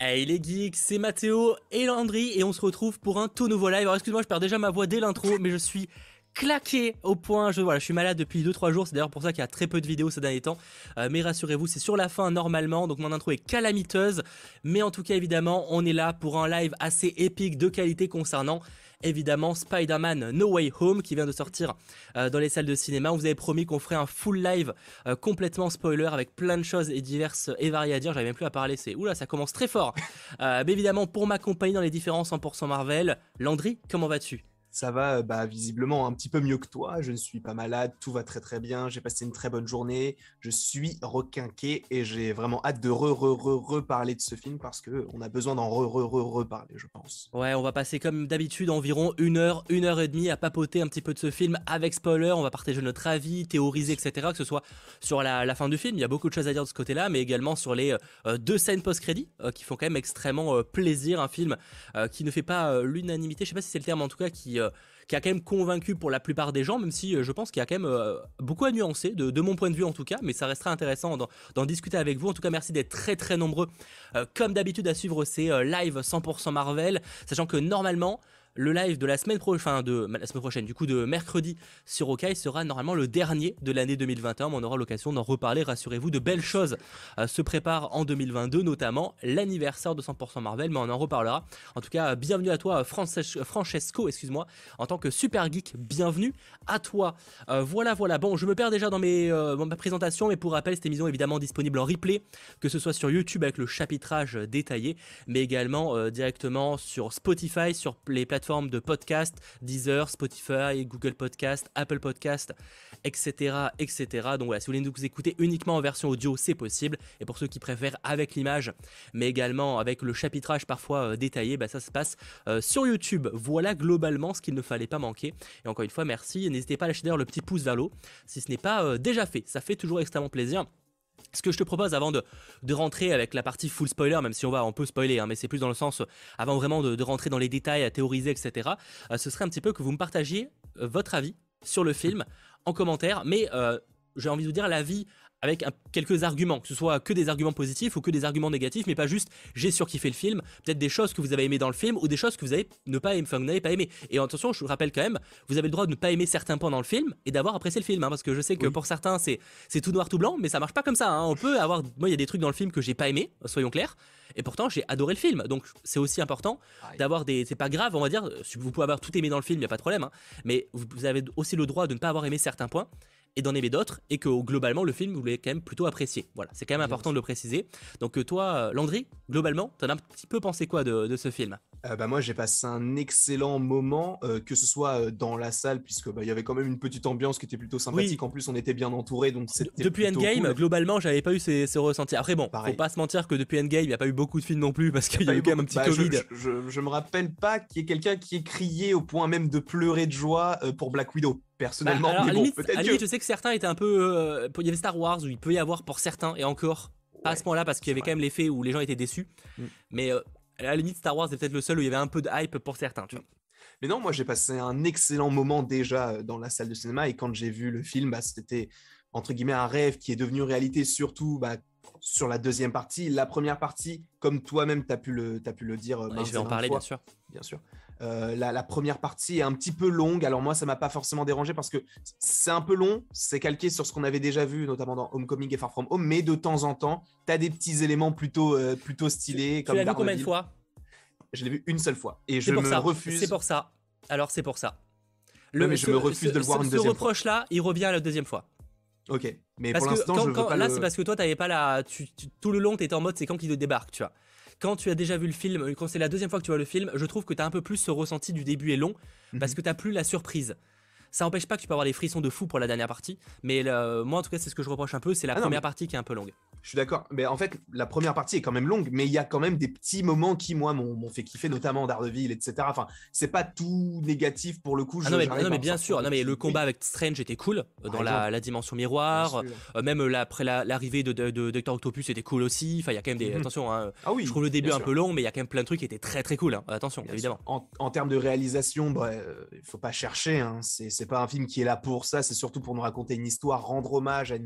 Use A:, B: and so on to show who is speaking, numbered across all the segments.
A: Hey les geeks, c'est Mathéo et Landry et on se retrouve pour un tout nouveau live. Alors excuse-moi, je perds déjà ma voix dès l'intro, mais je suis claqué au point. Je suis malade depuis 2-3 jours, c'est d'ailleurs pour ça qu'il y a très peu de vidéos ces derniers temps. Mais rassurez-vous, c'est sur la fin normalement, donc mon intro est calamiteuse. Mais en tout cas, évidemment, on est là pour un live assez épique de qualité concernant évidemment Spider-Man No Way Home qui vient de sortir dans les salles de cinéma. On vous avait promis qu'on ferait un full live complètement spoiler avec plein de choses et diverses et variées à dire. J'arrive même plus à parler, oula, ça commence très fort. Mais évidemment, pour m'accompagner dans les différents 100% Marvel, Landry, comment vas-tu?
B: Ça va, visiblement un petit peu mieux que toi. Je ne suis pas malade, tout va très très bien. J'ai passé une très bonne journée. Je suis requinqué et j'ai vraiment hâte de reparler de ce film parce que on a besoin d'en reparler, je pense.
A: Ouais, on va passer comme d'habitude environ une heure et demie à papoter un petit peu de ce film avec spoiler. On va partager notre avis, théoriser, etc. Que ce soit sur la fin du film, il y a beaucoup de choses à dire de ce côté-là, mais également sur les deux scènes post-crédit qui font quand même extrêmement plaisir. Un film qui ne fait pas l'unanimité, je sais pas si c'est le terme en tout cas, qui a quand même convaincu pour la plupart des gens, même si je pense qu'il y a quand même beaucoup à nuancer, de mon point de vue en tout cas, mais ça restera intéressant d'en discuter avec vous. En tout cas, merci d'être très très nombreux, comme d'habitude, à suivre ces lives 100% Marvel, sachant que normalement, le live de la semaine prochaine, du coup de mercredi sur Hawkeye sera normalement le dernier de l'année 2021, mais on aura l'occasion d'en reparler, rassurez-vous, de belles choses se préparent en 2022, notamment l'anniversaire de 100% Marvel, mais on en reparlera. En tout cas, bienvenue à toi Francesco, excuse-moi, en tant que super geek, bienvenue à toi. Voilà, bon, je me perds déjà dans ma présentation, mais pour rappel, cette émission est évidemment disponible en replay, que ce soit sur YouTube avec le chapitrage détaillé, mais également directement sur Spotify, sur les plateformes de podcast, Deezer, Spotify, Google Podcast, Apple Podcast, etc. Donc voilà, si vous voulez nous écouter uniquement en version audio, c'est possible. Et pour ceux qui préfèrent avec l'image, mais également avec le chapitrage parfois détaillé, ça se passe sur YouTube. Voilà globalement ce qu'il ne fallait pas manquer. Et encore une fois, merci. N'hésitez pas à lâcher d'ailleurs le petit pouce vers le haut si ce n'est pas déjà fait. Ça fait toujours extrêmement plaisir. Ce que je te propose avant de rentrer avec la partie full spoiler, même si on peut spoiler, hein, mais c'est plus dans le sens avant vraiment de rentrer dans les détails, à théoriser, etc. Ce serait un petit peu que vous me partagiez votre avis sur le film en commentaire, mais j'ai envie de vous dire l'avis avec quelques arguments, que ce soit que des arguments positifs ou que des arguments négatifs, mais pas juste j'ai surkiffé le film, peut-être des choses que vous avez aimées dans le film ou des choses que vous avez n'avez pas aimé. Et attention, je vous rappelle quand même, vous avez le droit de ne pas aimer certains points dans le film et d'avoir apprécié le film, hein, parce que je sais que pour certains c'est tout noir tout blanc, mais ça marche pas comme ça. Hein. On peut avoir, moi il y a des trucs dans le film que j'ai pas aimé, soyons clairs, et pourtant j'ai adoré le film. Donc c'est aussi important d'avoir c'est pas grave, on va dire, vous pouvez avoir tout aimé dans le film, y a pas de problème, hein, mais vous avez aussi le droit de ne pas avoir aimé certains points et d'en aimer d'autres, et que globalement le film vous l'avez quand même plutôt apprécié. Voilà, c'est quand même important de le préciser. Donc toi, Landry, globalement, t'en as un petit peu pensé quoi de ce film?
B: Moi, j'ai passé un excellent moment, que ce soit dans la salle, puisque il y avait quand même une petite ambiance qui était plutôt sympathique.
A: Oui.
B: En plus, on était bien entouré, donc c'était
A: Depuis
B: plutôt
A: Endgame,
B: cool.
A: globalement, j'avais pas eu ces ressentis. Après bon,
B: Pareil.
A: faut pas se mentir que depuis Endgame, il y a pas eu beaucoup de films non plus, parce qu'il y a eu quand même un petit Covid.
B: Je me rappelle pas qu'il y ait quelqu'un qui ait crié au point même de pleurer de joie pour Black Widow. Personnellement,
A: alors,
B: mais
A: à
B: bon,
A: limite,
B: peut-être
A: je sais que certains étaient un peu... il y avait Star Wars où il peut y avoir pour certains, et encore, pas à ce moment-là, parce qu'il y avait quand même l'effet où les gens étaient déçus. Mais à la limite, Star Wars c'est peut-être le seul où il y avait un peu de hype pour certains, tu vois.
B: Mais non, moi j'ai passé un excellent moment déjà dans la salle de cinéma, et quand j'ai vu le film, c'était entre guillemets un rêve qui est devenu réalité, surtout sur la deuxième partie. La première partie, comme toi-même t'as pu le dire,
A: Je vais en parler,
B: fois,
A: bien sûr.
B: la première partie est un petit peu longue. Alors moi, ça m'a pas forcément dérangé parce que c'est un peu long, c'est calqué sur ce qu'on avait déjà vu, notamment dans Homecoming et Far From Home, mais de temps en temps, t'as des petits éléments plutôt stylés.
A: Tu l'as vu combien de fois?
B: Je l'ai vu une seule fois et je me refuse.
A: C'est pour ça. Alors c'est pour ça.
B: Mais je me refuse de le voir une deuxième fois.
A: Ce reproche-là, il revient à la deuxième fois.
B: Ok, mais
A: parce
B: pour l'instant, je veux pas
A: là, c'est parce que toi, t'avais pas tout le long, t'étais en mode c'est quand qu'il débarque, tu vois. Quand tu as déjà vu le film, quand c'est la deuxième fois que tu vois le film, je trouve que t'as un peu plus ce ressenti du début est long, parce que t'as plus la surprise. Ça n'empêche pas que tu peux avoir des frissons de fou pour la dernière partie, mais moi en tout cas c'est ce que je reproche un peu, c'est la première partie qui est un peu longue.
B: Je suis d'accord, mais en fait la première partie est quand même longue, mais il y a quand même des petits moments qui moi m'ont fait kiffer, notamment Daredevil, etc. Enfin, c'est pas tout négatif pour le coup.
A: Non mais bien sûr, le combat avec Strange était cool dans la dimension miroir, même après l'arrivée de Dr Octopus était cool aussi. Enfin il y a quand même des attention, hein, je trouve le début un peu long, mais il y a quand même plein de trucs qui étaient très très cool. Hein. Attention, bien évidemment.
B: En termes de réalisation, il faut pas chercher. Hein. C'est pas un film qui est là pour ça. C'est surtout pour nous raconter une histoire, rendre hommage à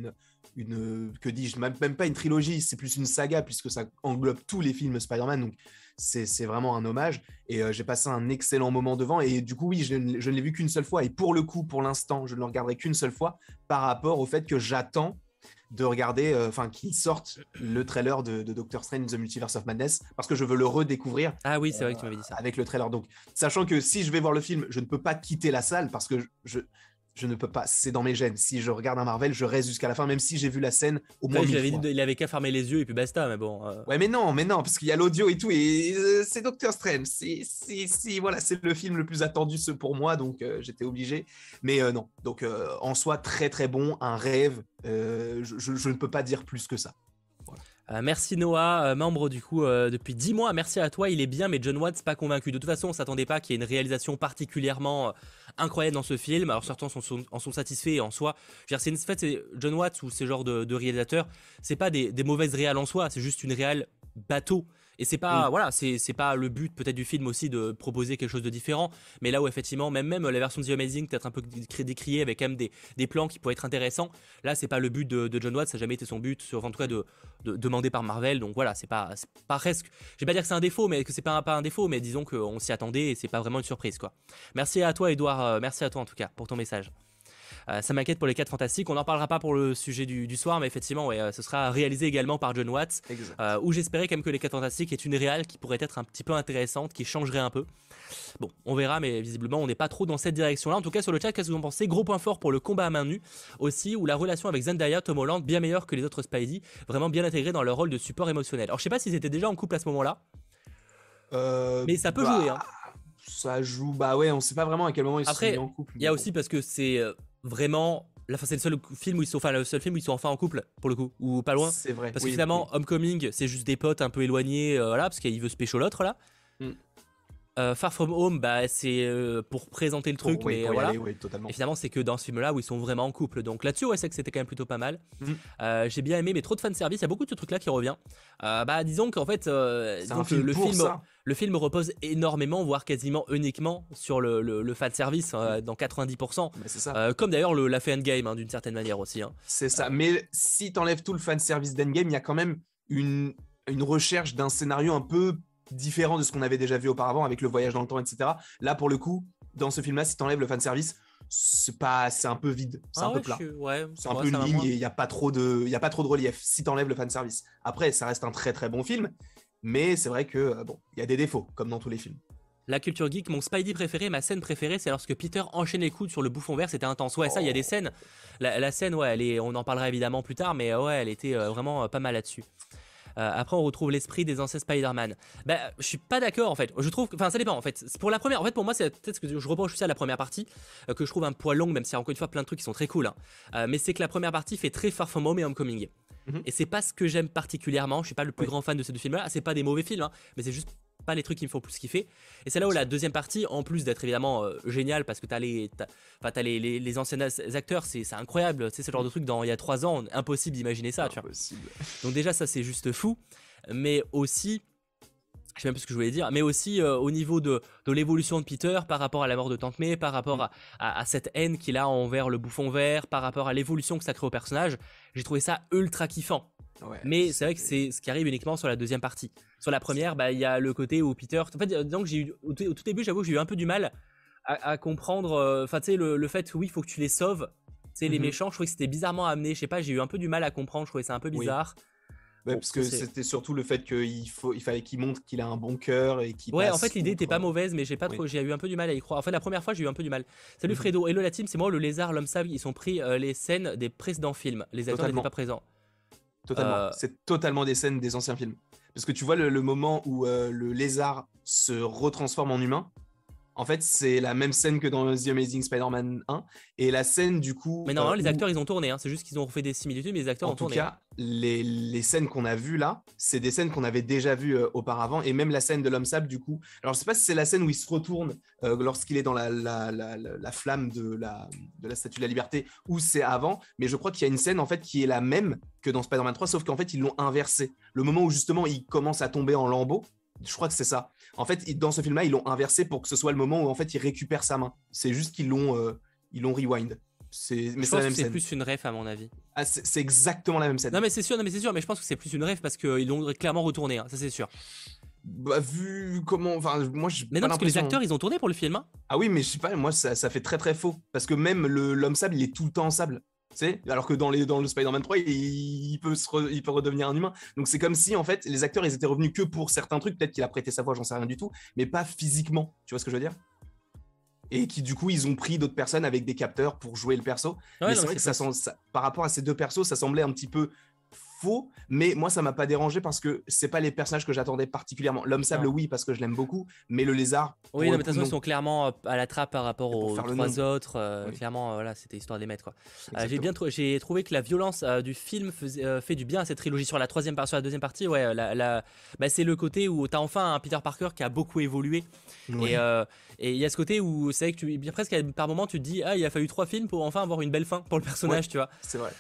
B: que dis-je, même pas une trilogie, c'est plus une saga puisque ça englobe tous les films Spider-Man, donc c'est vraiment un hommage et j'ai passé un excellent moment devant et du coup oui, je ne l'ai vu qu'une seule fois et pour le coup, pour l'instant, je ne le regarderai qu'une seule fois par rapport au fait que j'attends de regarder, qu'ils sortent le trailer de Doctor Strange The Multiverse of Madness parce que je veux le redécouvrir
A: Ah oui, c'est vrai que tu m'avais dit ça.
B: avec le trailer. Donc, sachant que si je vais voir le film, je ne peux pas quitter la salle parce que je ne peux pas, c'est dans mes gènes. Si je regarde un Marvel, je reste jusqu'à la fin, même si j'ai vu la scène au moins
A: Après,
B: 1000 fois.
A: il avait qu'à fermer les yeux et puis basta, mais bon.
B: Ouais, mais non, parce qu'il y a l'audio et tout, et c'est Doctor Strange. Voilà, c'est le film le plus attendu pour moi, donc j'étais obligé. Mais non, donc en soi, très très bon, un rêve. Je ne peux pas dire plus que ça.
A: Merci Noah, membre du coup depuis 10 mois, merci à toi, il est bien mais John Watts pas convaincu. De toute façon on s'attendait pas qu'il y ait une réalisation particulièrement incroyable dans ce film, alors certains en sont satisfaits et en soi, je veux dire, c'est John Watts ou ces genres de réalisateurs, c'est pas des mauvaises réals en soi, c'est juste une réal bateau. Et c'est pas, voilà, c'est pas le but peut-être du film aussi de proposer quelque chose de différent, mais là où effectivement, même la version de The Amazing, peut-être un peu décriée avec quand même des plans qui pourraient être intéressants, là c'est pas le but de John Watts, ça n'a jamais été son but, en tout cas demandé par Marvel, donc voilà, c'est pas presque, je vais pas dire que c'est un défaut, mais que c'est pas un défaut, mais disons qu'on s'y attendait et c'est pas vraiment une surprise quoi. Merci à toi Edouard, merci à toi en tout cas pour ton message. Ça m'inquiète pour les 4 fantastiques. On n'en parlera pas pour le sujet du soir, mais effectivement, ouais, ce sera réalisé également par John Watts. Où j'espérais quand même que les 4 fantastiques est une réal qui pourrait être un petit peu intéressante, qui changerait un peu. Bon, on verra, mais visiblement, on n'est pas trop dans cette direction-là. En tout cas, sur le chat, qu'est-ce que vous en pensez? Gros point fort pour le combat à main nue aussi, où la relation avec Zendaya, Tom Holland, bien meilleure que les autres Spidey, vraiment bien intégrés dans leur rôle de support émotionnel. Alors, je sais pas s'ils étaient déjà en couple à ce moment-là, mais ça peut jouer. Hein.
B: Ça joue, bah ouais, on sait pas vraiment à quel moment ils se sont mis en couple.
A: Il y a aussi parce que c'est vraiment, c'est le seul film où ils sont, enfin en couple pour le coup, ou pas loin.
B: C'est vrai.
A: Parce que finalement, Homecoming, c'est juste des potes un peu éloignés, voilà, parce qu'il veut se pécho l'autre là. Far From Home, bah, c'est pour présenter le truc, mais voilà. Et finalement, c'est que dans ce film-là où ils sont vraiment en couple. Donc là-dessus, ouais, c'est que c'était quand même plutôt pas mal. J'ai bien aimé, mais trop de fanservice. Il y a beaucoup de ce truc-là qui revient. Bah, disons qu'en fait, le film repose énormément, voire quasiment uniquement sur le fanservice dans 90%.
B: C'est ça.
A: Comme d'ailleurs l'a fait Endgame, d'une certaine manière aussi.
B: C'est ça. Mais si t'enlèves tout le fanservice d'Endgame, il y a quand même une recherche d'un scénario un peu différent de ce qu'on avait déjà vu auparavant avec le voyage dans le temps, etc. Là, pour le coup, dans ce film-là, si t'enlèves le fanservice, c'est un peu vide, c'est un peu plat. C'est un peu une ligne et il n'y a pas trop de relief si t'enlèves le fanservice. Après, ça reste un très très bon film, mais c'est vrai que bon, il y a des défauts, comme dans tous les films.
A: La culture geek, mon Spidey préféré, ma scène préférée, c'est lorsque Peter enchaîne les coups sur le bouffon vert, c'était intense. Ouais, ça, il y a des scènes. La scène, ouais, on en parlera évidemment plus tard, mais ouais, elle était vraiment pas mal là-dessus. Après, on retrouve l'esprit des anciens Spider-Man. Bah, je suis pas d'accord en fait. Je trouve, enfin, ça dépend en fait. Pour la première, en fait, pour moi, c'est peut-être ce que je reproche aussi à la première partie, que je trouve un poil long, même s'il y a encore une fois plein de trucs qui sont très cool. Mais c'est que la première partie fait très Far From Home et Homecoming. Et c'est pas ce que j'aime particulièrement. Je suis pas le plus grand fan de ces deux films-là. C'est pas des mauvais films, mais c'est juste pas les trucs qui me font plus kiffer. Et c'est là où la deuxième partie, en plus d'être évidemment géniale parce que t'as les anciens acteurs, c'est incroyable. C'est ce genre de truc il y a 3 ans, impossible d'imaginer ça. Tu vois. Donc déjà ça c'est juste fou, mais aussi, je sais même plus ce que je voulais dire, mais aussi au niveau de l'évolution de Peter par rapport à la mort de Tante May, par rapport à cette haine qu'il a envers le bouffon vert, par rapport à l'évolution que ça crée au personnage, j'ai trouvé ça ultra kiffant. Ouais, mais c'est vrai que c'est ce qui arrive uniquement sur la deuxième partie. Sur la première, bah il y a le côté où Peter, en fait, donc j'ai eu au tout début, j'avoue que j'ai eu un peu du mal à comprendre, enfin tu sais le fait oui, il faut que tu les sauves, tu sais les méchants, je trouvais que c'était bizarrement amené, je sais pas, j'ai eu un peu du mal à comprendre, je trouvais ça un peu bizarre.
B: Ouais, parce que c'était surtout le fait qu'il fallait qu'il montre qu'il a un bon cœur et qu'il
A: en fait l'idée était pas mauvaise, mais j'ai eu un peu du mal à y croire. En fait la première fois j'ai eu un peu du mal. Salut Fredo, hello la team, c'est moi le lézard, l'homme sable, ils sont pris les scènes des précédents films, les acteurs n'étaient pas présents.
B: Totalement, c'est totalement des scènes des anciens films. Parce que tu vois le moment où le lézard se retransforme en humain, en fait c'est la même scène que dans The Amazing Spider-Man 1, et la scène du coup...
A: Mais normalement les acteurs ils ont tourné, c'est juste qu'ils ont refait des similitudes, mais les acteurs ont tourné.
B: En tout cas, les scènes qu'on a vues là, c'est des scènes qu'on avait déjà vues auparavant, et même la scène de l'homme sable du coup. Alors je sais pas si c'est la scène où il se retourne lorsqu'il est dans la flamme de la Statue de la Liberté, ou c'est avant, mais je crois qu'il y a une scène en fait qui est la même que dans Spider-Man 3, sauf qu'en fait ils l'ont inversé. Le moment où justement il commence à tomber en lambeaux, je crois que c'est ça. En fait, dans ce film-là, ils l'ont inversé pour que ce soit le moment où en fait il récupère sa main. C'est juste qu'ils l'ont rewind. Mais
A: Je
B: c'est la
A: pense que
B: même
A: c'est
B: scène.
A: plus une ref à mon avis.
B: Ah, c'est exactement la même scène.
A: Non mais c'est sûr, non mais c'est sûr, mais je pense que c'est plus une ref parce qu'ils l'ont clairement retourné, hein, ça c'est sûr.
B: Bah, vu comment. Enfin, moi, j'ai
A: Mais
B: pas
A: non, parce que les
B: l'impression, hein.
A: acteurs, ils ont tourné pour le film, hein.
B: Ah oui, mais je sais pas, moi, ça fait très très faux. Parce que même l'homme sable, il est tout le temps en sable. Tu sais, alors que dans le Spider-Man 3, il peut redevenir un humain. Donc c'est comme si, en fait, les acteurs, ils étaient revenus que pour certains trucs. Peut-être qu'il a prêté sa voix, j'en sais rien du tout. Mais pas physiquement. Tu vois ce que je veux dire? Et qui, du coup, ils ont pris d'autres personnes avec des capteurs pour jouer le perso.
A: Ouais,
B: Mais
A: non,
B: c'est
A: mais
B: vrai
A: c'est
B: que
A: possible.
B: par rapport à ces deux persos, ça semblait un petit peu faux, mais moi ça m'a pas dérangé parce que c'est pas les personnages que j'attendais particulièrement. L'homme sable,
A: Non.
B: oui, parce que je l'aime beaucoup, mais le lézard,
A: Oui,
B: pour
A: non,
B: le
A: mais de toute
B: coup,
A: façon, ils
B: non.
A: sont clairement à la trappe par rapport
B: C'est pour
A: aux
B: faire le
A: trois
B: nombre.
A: autres.
B: Oui,
A: Clairement, voilà, c'était histoire de les mettre, quoi.
B: exactement.
A: J'ai trouvé que la violence du film fait du bien à cette trilogie. Sur la sur la deuxième partie, ouais, bah, c'est le côté où t'as enfin un Peter Parker qui a beaucoup évolué. Et
B: Ouais,
A: euh, et il y a ce côté où c'est vrai que presque par moment tu te dis, ah, il a fallu 3 films pour enfin avoir une belle fin pour le
B: ouais,
A: personnage, tu vois.
B: c'est vrai.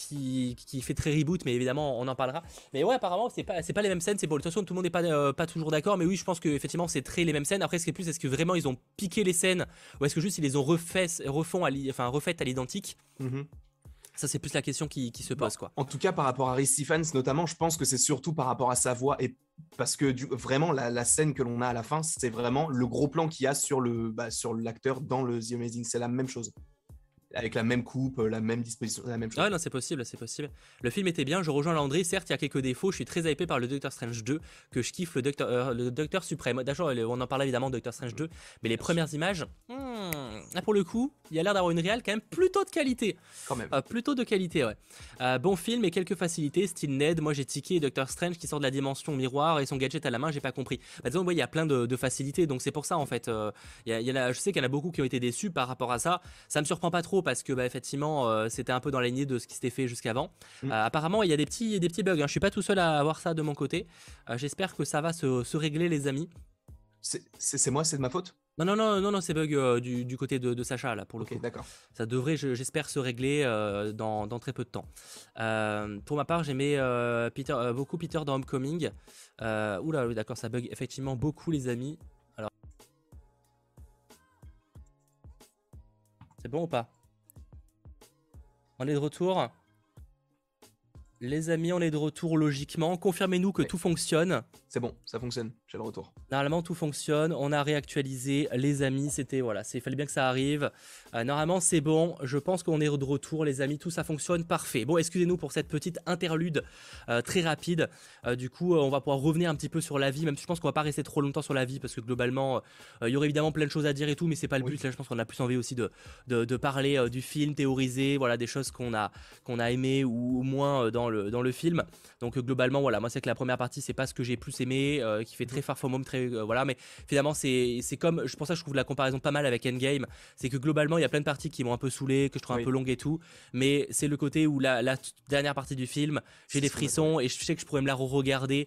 A: Qui fait très reboot, mais évidemment on en parlera. Mais ouais, apparemment c'est pas les mêmes scènes. C'est bon, de toute façon tout le monde n'est pas toujours d'accord, mais oui, je pense que effectivement c'est très les mêmes scènes. Après, ce qui est plus, est-ce que vraiment ils ont piqué les scènes ou est-ce que juste ils les ont refaites à l'identique.
B: Mhm.
A: Ça, c'est plus la question qui se
B: Bon,
A: pose, quoi.
B: en tout cas, par rapport à Rhys Ifans, notamment, je pense que c'est surtout par rapport à sa voix et parce que vraiment la scène que l'on a à la fin, c'est vraiment le gros plan qu'il y a sur l'acteur dans le The Amazing. C'est la même chose, avec la même coupe, la même disposition, la même
A: Ah
B: chose.
A: ouais, non, c'est possible, c'est possible. Le film était bien, je rejoins Landry. Certes, il y a quelques défauts. Je suis très hypé par le Doctor Strange 2, que je kiffe le Docteur Suprême. D'ailleurs, on en parle évidemment, Doctor Strange 2, mais les
B: Bien sûr,
A: premières images, là pour le coup, il y a l'air d'avoir une réal quand même plutôt de qualité.
B: quand même.
A: Plutôt de qualité, ouais. Bon film et quelques facilités. Style Ned, moi j'ai tiqué Doctor Strange qui sort de la dimension miroir et son gadget à la main, j'ai pas compris. Bah, disons, ouais, il y a plein de facilités, donc c'est pour ça en fait. Je sais qu'il y en a beaucoup qui ont été déçus par rapport à ça. Ça me surprend pas trop parce que, bah, effectivement, c'était un peu dans la lignée de ce qui s'était fait jusqu'avant.
B: Mm.
A: Apparemment, il y a des petits bugs, hein. Je suis pas tout seul à avoir ça de mon côté. J'espère que ça va se régler, les amis.
B: C'est moi, c'est de ma faute?
A: Non, non, non, non, non, c'est bug du côté de Sacha, là, pour le
B: Ok,
A: coup.
B: d'accord.
A: Ça devrait, j'espère, se régler dans très peu de temps. Pour ma part, j'aimais beaucoup Peter dans Homecoming. Oula, oui, d'accord, ça bug effectivement beaucoup, les amis. Alors, c'est bon ou pas? On est de retour. Les amis, on est de retour logiquement. Confirmez-nous que
B: Ouais,
A: tout fonctionne.
B: c'est bon, ça fonctionne, j'ai le retour.
A: Normalement, tout fonctionne. On a réactualisé, les amis. C'était, voilà, il fallait bien que ça arrive. Normalement, c'est bon. Je pense qu'on est de retour, les amis. Tout ça fonctionne. Parfait. Bon, excusez-nous pour cette petite interlude très rapide. Du coup, on va pouvoir revenir un petit peu sur la vie. Même si je pense qu'on va pas rester trop longtemps sur la vie parce que globalement, il y aurait évidemment plein de choses à dire et tout, mais c'est pas le
B: Oui.
A: but. Là, je pense qu'on a plus envie aussi de parler du film, théoriser, voilà, des choses qu'on a aimé ou moins dans le film. Donc, globalement, voilà, moi, c'est que la première partie, c'est pas ce que j'ai plus aimé, qui fait très
B: Mhm.
A: Far From Home, très voilà, mais finalement c'est comme, pour ça je trouve la comparaison pas mal avec Endgame, c'est que globalement il y a plein de parties qui m'ont un peu saoulé, que je trouve un
B: Oui,
A: peu longue et tout, mais c'est le côté où la dernière partie du film, j'ai
B: c'est
A: des
B: ce qu'on attendait.
A: frissons et je sais que je pourrais me la re-regarder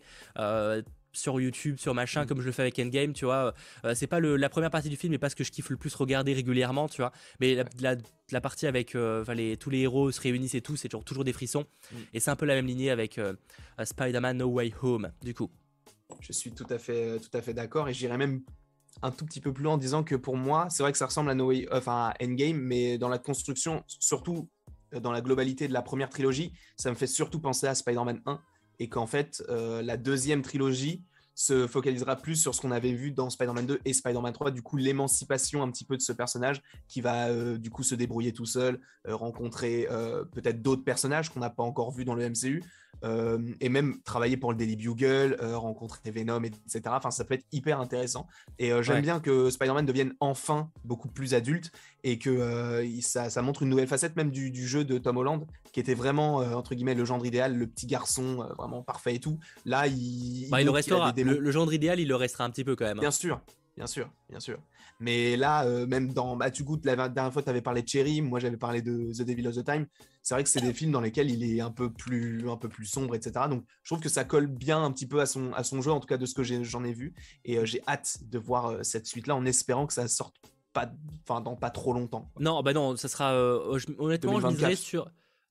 A: sur YouTube, sur machin,
B: Mhm.
A: comme je le fais avec Endgame, tu vois. C'est pas la première partie du film, mais pas ce que je kiffe le plus regarder régulièrement, tu vois. Mais
B: Ouais.
A: la partie avec tous les héros se réunissent et tout, c'est toujours des frissons.
B: Mhm.
A: Et c'est un peu la même lignée avec Spider-Man No Way Home, du coup.
B: Je suis tout à fait d'accord et j'irais même un tout petit peu plus loin en disant que pour moi, c'est vrai que ça ressemble à enfin à Endgame, mais dans la construction, surtout dans la globalité de la première trilogie, ça me fait surtout penser à Spider-Man 1 et qu'en fait, la deuxième trilogie se focalisera plus sur ce qu'on avait vu dans Spider-Man 2 et Spider-Man 3, du coup l'émancipation un petit peu de ce personnage qui va du coup se débrouiller tout seul, rencontrer peut-être d'autres personnages qu'on n'a pas encore vus dans le MCU, et même travailler pour le Daily Bugle, rencontrer Venom, etc. Enfin, ça peut être hyper intéressant. Et j'aime
A: Ouais.
B: bien que Spider-Man devienne enfin beaucoup plus adulte et que ça montre une nouvelle facette même du jeu de Tom Holland, qui était vraiment, entre guillemets, le gendre idéal, le petit garçon vraiment parfait et tout. Là, il
A: Bah, il le
B: montre qu'il a des
A: restera.
B: démons.
A: Le gendre idéal, il le restera un petit peu quand même, hein.
B: Bien sûr, bien sûr, bien sûr. Mais là, même dans Too Good, la dernière fois, tu avais parlé de Cherry, moi j'avais parlé de The Devil of the Time. C'est vrai que c'est des films dans lesquels il est un peu plus sombre, etc. Donc je trouve que ça colle bien un petit peu à son jeu, en tout cas de ce que j'en ai vu. Et j'ai hâte de voir cette suite-là en espérant que ça sorte pas, dans pas trop longtemps, quoi.
A: Non, bah non, ça sera. Honnêtement, je miserais
B: 2024.
A: sur.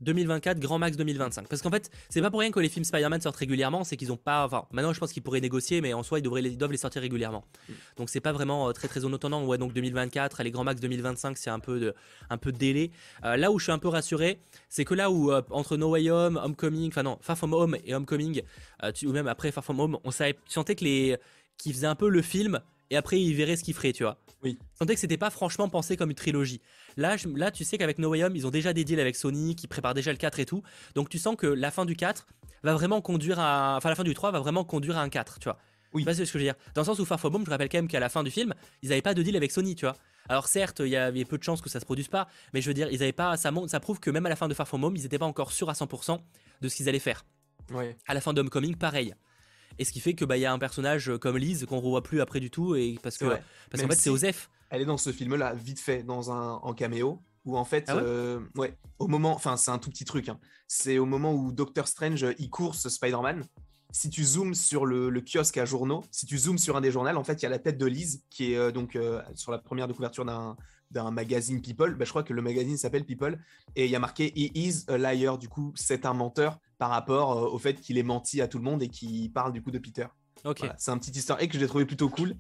A: 2024, grand max 2025. Parce qu'en fait, c'est pas pour rien que les films Spider-Man sortent régulièrement, c'est qu'ils ont pas. Enfin, maintenant je pense qu'ils pourraient négocier, mais en soi ils doivent les sortir régulièrement. Donc c'est pas vraiment très très étonnant. Ouais, donc 2024, les grands max 2025, c'est un peu de délai. Là où je suis un peu rassuré, c'est que là où entre No Way Home, Homecoming, enfin non, Far From Home et Homecoming, ou même après Far From Home, tu sentais que qu'ils faisaient un peu le film et après ils verraient ce qu'ils feraient, tu vois.
B: Oui.
A: Je sentais que c'était pas franchement pensé comme une trilogie. Là, tu sais qu'avec No Way Home, ils ont déjà des deals avec Sony, qui préparent déjà le 4 et tout. Donc tu sens que la fin du 4 va vraiment conduire à. Enfin, la fin du 3 va vraiment conduire à un 4, tu vois.
B: Oui.
A: Tu vois ce que je veux dire. Dans le sens où Far From Home, je rappelle quand même qu'à la fin du film, ils n'avaient pas de deal avec Sony, tu vois. Alors certes, il y avait peu de chances que ça se produise pas, mais je veux dire, ils avaient pas. Ça prouve que même à la fin de Far From Home, ils n'étaient pas encore sûrs à 100% de ce qu'ils allaient faire.
B: Ouais.
A: À la fin d'Homecoming, pareil. Et ce qui fait que y a un personnage comme Liz qu'on revoit plus après du tout, et parce qu'en fait c'est Osef.
B: Elle est dans ce film-là, vite fait, en caméo, où en fait,
A: Ah ouais
B: au moment, enfin c'est un tout petit truc, hein, c'est au moment où Doctor Strange il course Spider-Man. Si tu zoomes sur le kiosque à journaux, si tu zoomes sur un des journaux, en fait il y a la tête de Liz qui est sur la première de couverture d'un magazine People. Je crois que le magazine s'appelle People, et il y a marqué He is a liar, du coup c'est un menteur par rapport au fait qu'il ait menti à tout le monde et qu'il parle du coup de Peter.
A: Ok.
B: Voilà, c'est un petit easter egg que j'ai trouvé plutôt cool.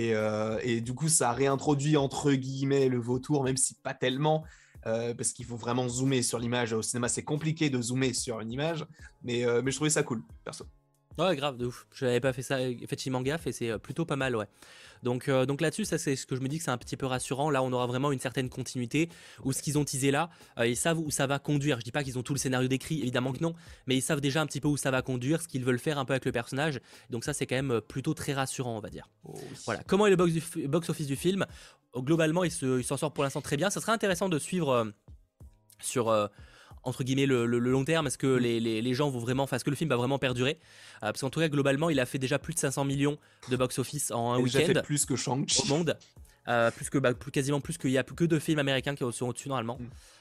B: Et du coup, ça réintroduit entre guillemets le vautour, même si pas tellement, parce qu'il faut vraiment zoomer sur l'image. Au cinéma, c'est compliqué de zoomer sur une image, mais je trouvais ça cool, perso.
A: Ouais, grave, de ouf. Je n'avais pas fait ça effectivement gaffe et c'est plutôt pas mal, ouais. Donc là-dessus, ça c'est ce que je me dis que c'est un petit peu rassurant. Là, on aura vraiment une certaine continuité où ce qu'ils ont teasé là, ils savent où ça va conduire. Je dis pas qu'ils ont tout le scénario décrit, évidemment que non, mais ils savent déjà un petit peu où ça va conduire, ce qu'ils veulent faire un peu avec le personnage. Donc ça, c'est quand même plutôt très rassurant, on va dire.
B: Oh, oui.
A: Voilà. Comment est le box-office du film? Globalement, il s'en sort pour l'instant très bien. Ça serait intéressant de suivre sur entre guillemets le long terme. Est-ce que les gens vont vraiment, enfin, est-ce que le film va vraiment perdurer, parce qu'en tout cas globalement il a fait déjà plus de 500 millions de box-office en un
B: Il a déjà
A: week-end
B: fait plus que Shang-Chi.
A: au monde. Quasiment plus qu'il y a que deux films américains qui sont au-dessus normalement.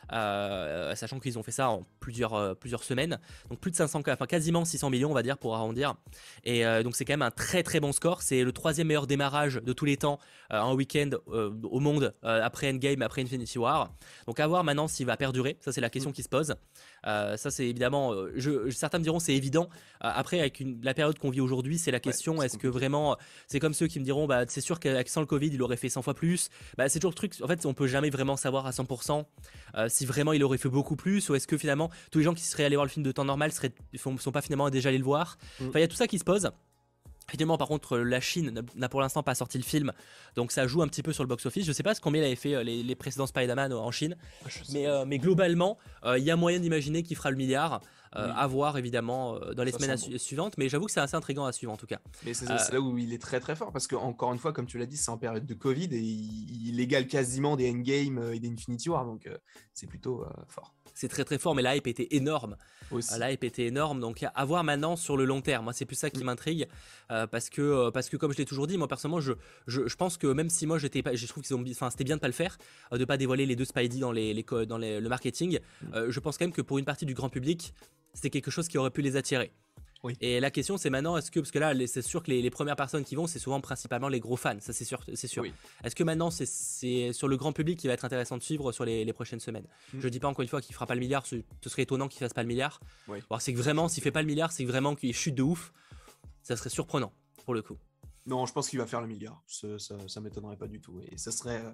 A: Sachant qu'ils ont fait ça en plusieurs semaines, donc plus de 500, enfin quasiment 600 millions on va dire pour arrondir, et donc c'est quand même un très très bon score. C'est le troisième meilleur démarrage de tous les temps en week-end au monde, après Endgame, après Infinity War. Donc à voir maintenant s'il va perdurer, ça c'est la question qui se pose. Ça c'est évidemment, certains me diront c'est évident. Après avec la période qu'on vit aujourd'hui, c'est la question,
B: c'est
A: est-ce que
B: compliqué.
A: vraiment, c'est comme ceux qui me diront c'est sûr qu'avec sans le Covid il aurait fait 100 fois plus. C'est toujours le truc, en fait on peut jamais vraiment savoir à 100% si vraiment il aurait fait beaucoup plus, ou est-ce que finalement tous les gens qui seraient allés voir le film de temps normal sont pas finalement déjà allés le voir. Enfin il y a tout ça qui se pose. Évidemment, par contre, la Chine n'a pour l'instant pas sorti le film, donc ça joue un petit peu sur le box-office. Je sais pas combien il avait fait les précédents Spider-Man en Chine, mais globalement, il y a moyen d'imaginer qu'il fera le milliard. À voir évidemment dans les
B: Ça
A: semaines
B: semble bon.
A: suivantes, mais j'avoue que c'est assez intriguant à suivre en tout cas.
B: Mais c'est là où il est très très fort, parce que encore une fois, comme tu l'as dit, c'est en période de Covid et il égale quasiment des Endgame et des Infinity War, donc c'est plutôt fort.
A: C'est très très fort, mais la hype était énorme.
B: Aussi.
A: La hype était énorme, donc à voir maintenant sur le long terme. Moi, c'est plus ça qui m'intrigue, parce que comme je l'ai toujours dit, moi personnellement, je pense que même si moi je trouve qu'ils ont, enfin c'était bien de pas le faire, de pas dévoiler les deux Spidey dans le marketing. Je pense quand même que pour une partie du grand public, c'était quelque chose qui aurait pu les attirer.
B: Oui.
A: Et la question c'est maintenant, parce que là c'est sûr que les premières personnes qui vont, c'est souvent principalement les gros fans, ça c'est sûr.
B: Oui.
A: Est-ce que maintenant c'est sur le grand public qui va être intéressant de suivre sur les prochaines semaines? Je dis pas encore une fois qu'il fera pas le milliard, ce serait étonnant qu'il fasse pas le milliard.
B: Oui.
A: Alors c'est que vraiment s'il fait pas le milliard, c'est vraiment qu'il chute de ouf, ça serait surprenant pour le coup.
B: Non, je pense qu'il va faire le milliard, ça m'étonnerait pas du tout, et ça serait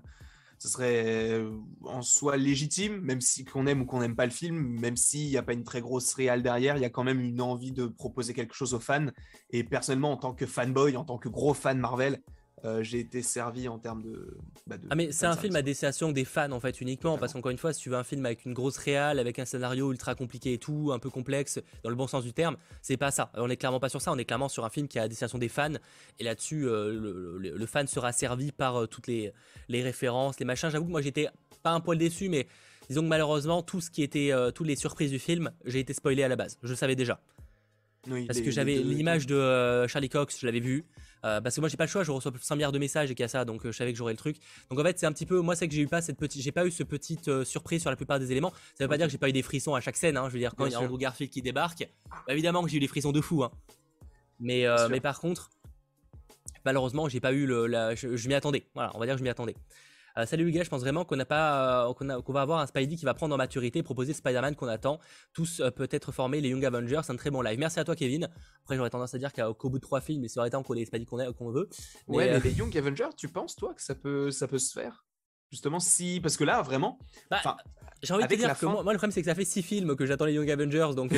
B: en soi légitime, même si qu'on aime ou qu'on n'aime pas le film, même s'il n'y a pas une très grosse réal derrière, il y a quand même une envie de proposer quelque chose aux fans. Et personnellement, en tant que fanboy, en tant que gros fan Marvel, j'ai été servi en termes de
A: mais c'est un film à destination des fans en fait uniquement, parce qu'encore une fois, si tu veux un film avec une grosse réal, avec un scénario ultra compliqué et tout, un peu complexe dans le bon sens du terme, c'est pas ça. On est clairement pas sur ça, on est clairement sur un film qui est à destination des fans, et là-dessus le fan sera servi par toutes les références, les machins. J'avoue que moi j'étais pas un poil déçu, mais disons que malheureusement tout ce qui était toutes les surprises du film, j'ai été spoilé à la base. Je le savais déjà.
B: Oui,
A: parce que j'avais l'image de Charlie Cox, je l'avais vu. Parce que moi j'ai pas le choix, je reçois 100 milliards de messages et qu'il y a ça, donc je savais que j'aurais le truc. Donc en fait c'est un petit peu, moi c'est que j'ai pas eu ce petite surprise sur la plupart des éléments. Ça veut pas dire que j'ai pas eu des frissons à chaque scène, hein. Je veux dire quand il y a Andrew Garfield qui débarque, évidemment que j'ai eu des frissons de fou, hein. Mais par contre, malheureusement j'ai pas eu je m'y attendais. Voilà, on va dire que je m'y attendais. Salut les gars, je pense vraiment qu'on n'a pas, qu'on va avoir un Spidey qui va prendre en maturité, proposer Spider-Man qu'on attend. Tous peut-être former les Young Avengers, c'est un très bon live. Merci à toi Kevin. Après j'aurais tendance à dire qu'au bout de 3 films, mais c'est vrai qu'on les Spidey qu'on veut.
B: Ouais,
A: Mais
B: mais les Young Avengers, tu penses, toi, que ça peut se faire? Justement, si. Parce que là, vraiment.
A: bah,
B: Enfin,
A: j'ai envie de te
B: avec
A: dire
B: la
A: que
B: fin.
A: moi le problème c'est que ça fait 6 films que j'attends les Young Avengers, donc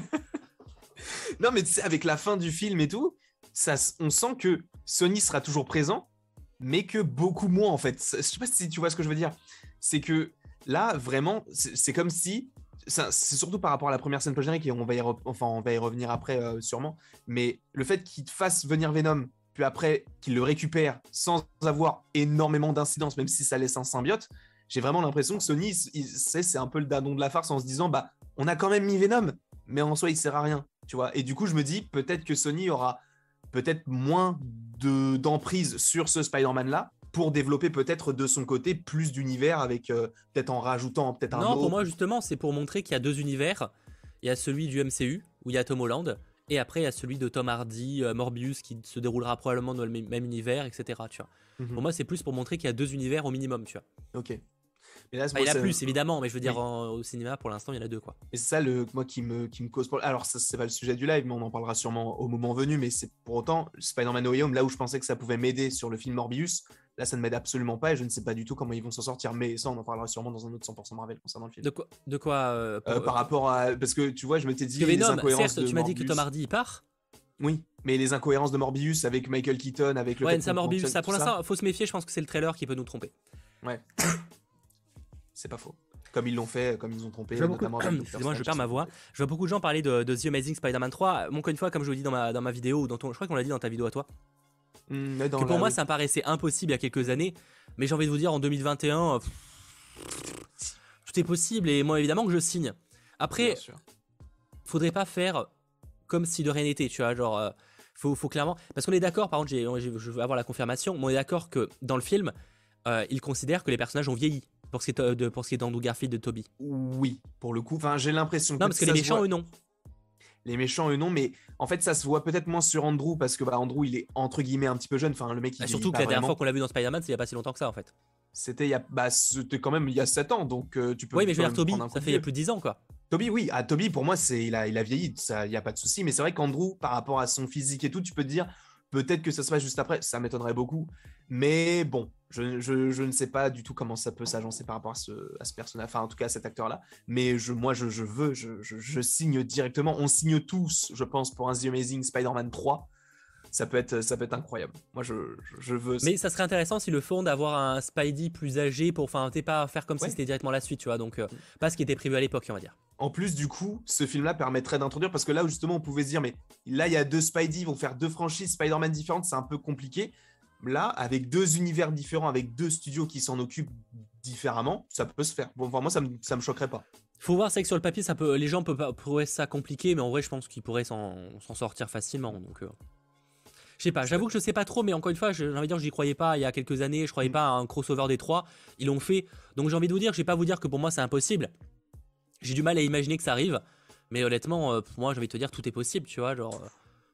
B: Non, mais tu sais, avec la fin du film et tout, on sent que Sony sera toujours présent, mais que beaucoup moins, en fait. Je sais pas si tu vois ce que je veux dire. C'est que là, vraiment, c'est comme si. C'est surtout par rapport à la première scène post-générique, et on va y revenir après, sûrement. Mais le fait qu'il te fasse venir Venom, puis après qu'il le récupère sans avoir énormément d'incidence, même si ça laisse un symbiote, j'ai vraiment l'impression que Sony, c'est un peu le dindon de la farce en se disant, bah, on a quand même mis Venom, mais en soi, il sert à rien, tu vois. Et du coup, je me dis, peut-être que Sony aura peut-être moins d'emprise sur ce Spider-Man là pour développer peut-être de son côté plus d'univers avec peut-être en rajoutant peut-être un
A: non, pour
B: autre.
A: moi justement c'est pour montrer qu'il y a 2 univers. Il y a celui du MCU où il y a Tom Holland. Et après, il y a celui de Tom Hardy, Morbius, qui se déroulera probablement dans le même univers, etc. Tu vois. Pour moi, c'est plus pour montrer qu'il y a 2 univers au minimum, tu vois.
B: Ok. Mais là,
A: Enfin, il y en a plus, évidemment, mais je veux dire, au cinéma, pour l'instant, il y en a 2, quoi.
B: Et c'est ça, moi, qui me cause problème. Alors, ça, c'est pas le sujet du live, mais on en parlera sûrement au moment venu. Mais c'est pour autant, Spider-Man No Way Home, là où je pensais que ça pouvait m'aider sur le film Morbius, là, ça ne m'aide absolument pas et je ne sais pas du tout comment ils vont s'en sortir. Mais ça, on en parlera sûrement dans un autre 100% Marvel concernant le film.
A: De quoi
B: Par rapport à. Parce que tu vois, je m'étais dit.
A: Parce que
B: les
A: Venom,
B: incohérences
A: certes,
B: de
A: tu m'as dit que
B: Morbius.
A: Tom Hardy, il part.
B: Oui, mais les incohérences de Morbius avec Michael Keaton, avec le.
A: Ouais,
B: fait
A: ça
B: qu'on
A: Morbius,
B: mentionne
A: ça pour
B: tout
A: l'instant, faut se méfier, je pense que c'est le trailer qui peut nous tromper.
B: Ouais. C'est pas faux. Comme ils l'ont fait, comme ils ont trompé,
A: Je vois
B: notamment avec Doctor
A: Excusez-moi, je
B: Strange,
A: perds ma voix. Je vois beaucoup de gens parler de The Amazing Spider-Man 3. Bon, encore une fois, comme je vous le dis dans ma vidéo, ou je crois qu'on l'a dit dans ta vidéo à toi, que pour moi, ça me paraissait impossible il y a quelques années. Mais j'ai envie de vous dire, en 2021, tout est possible. Et moi, évidemment, que je signe. Après, faudrait pas faire comme si de rien n'était, tu vois, genre... faut clairement... Parce qu'on est d'accord, par contre, je veux avoir la confirmation, mais on est d'accord que dans le film, ils considèrent que les personnages ont vieilli. Pour ce qui est d'Andrew Garfield et de Tobey.
B: Oui, pour le coup. Enfin, j'ai l'impression que.
A: Non, parce que les méchants, eux, non.
B: Les méchants, eux, non, mais en fait, ça se voit peut-être moins sur Andrew parce que Andrew, il est entre guillemets un petit peu jeune. Enfin, le mec, il
A: surtout que la dernière fois qu'on l'a vu dans Spider-Man, c'est il y a pas si longtemps que ça, en fait.
B: C'était quand même il y a 7 ans, donc tu peux.
A: Oui, mais je veux dire, Tobey, ça fait il y a plus de 10 ans, quoi.
B: Tobey, oui. Ah, Tobey, pour moi, il a vieilli, ça, il n'y a pas de souci. Mais c'est vrai qu'Andrew, par rapport à son physique et tout, tu peux te dire, peut-être que ça se passe juste après. Ça m'étonnerait beaucoup. Mais bon, je ne sais pas du tout comment ça peut s'agencer par rapport à ce personnage, enfin, en tout cas, à cet acteur-là. Mais je signe directement. On signe tous, je pense, pour un The Amazing Spider-Man 3. Ça peut être incroyable. Moi, je veux.
A: Mais ça serait intéressant si le fond d'avoir un Spidey plus âgé pour, enfin, t'es pas faire comme si
B: Ouais.
A: c'était directement la suite, tu vois. Donc, pas ce qui était prévu à l'époque, on va dire.
B: En plus, du coup, ce film-là permettrait d'introduire, parce que là où justement on pouvait se dire, mais là il y a 2 Spidey, ils vont faire 2 franchises Spider-Man différentes, c'est un peu compliqué. Là, avec 2 univers différents, avec 2 studios qui s'en occupent différemment, ça peut se faire. Bon, enfin, moi, ça me choquerait pas.
A: Faut voir, c'est que sur le papier, les gens pourraient ça compliqué, mais en vrai, je pense qu'ils pourraient s'en sortir facilement. Donc, je sais pas, j'avoue que je sais pas trop, mais encore une fois, j'ai envie de dire, j'y croyais pas il y a quelques années, je croyais pas à un crossover des 3. Ils l'ont fait, donc j'ai envie de vous dire, je vais pas vous dire que pour moi c'est impossible. J'ai du mal à imaginer que ça arrive, mais honnêtement, pour moi, j'ai envie de te dire, tout est possible, tu vois, genre.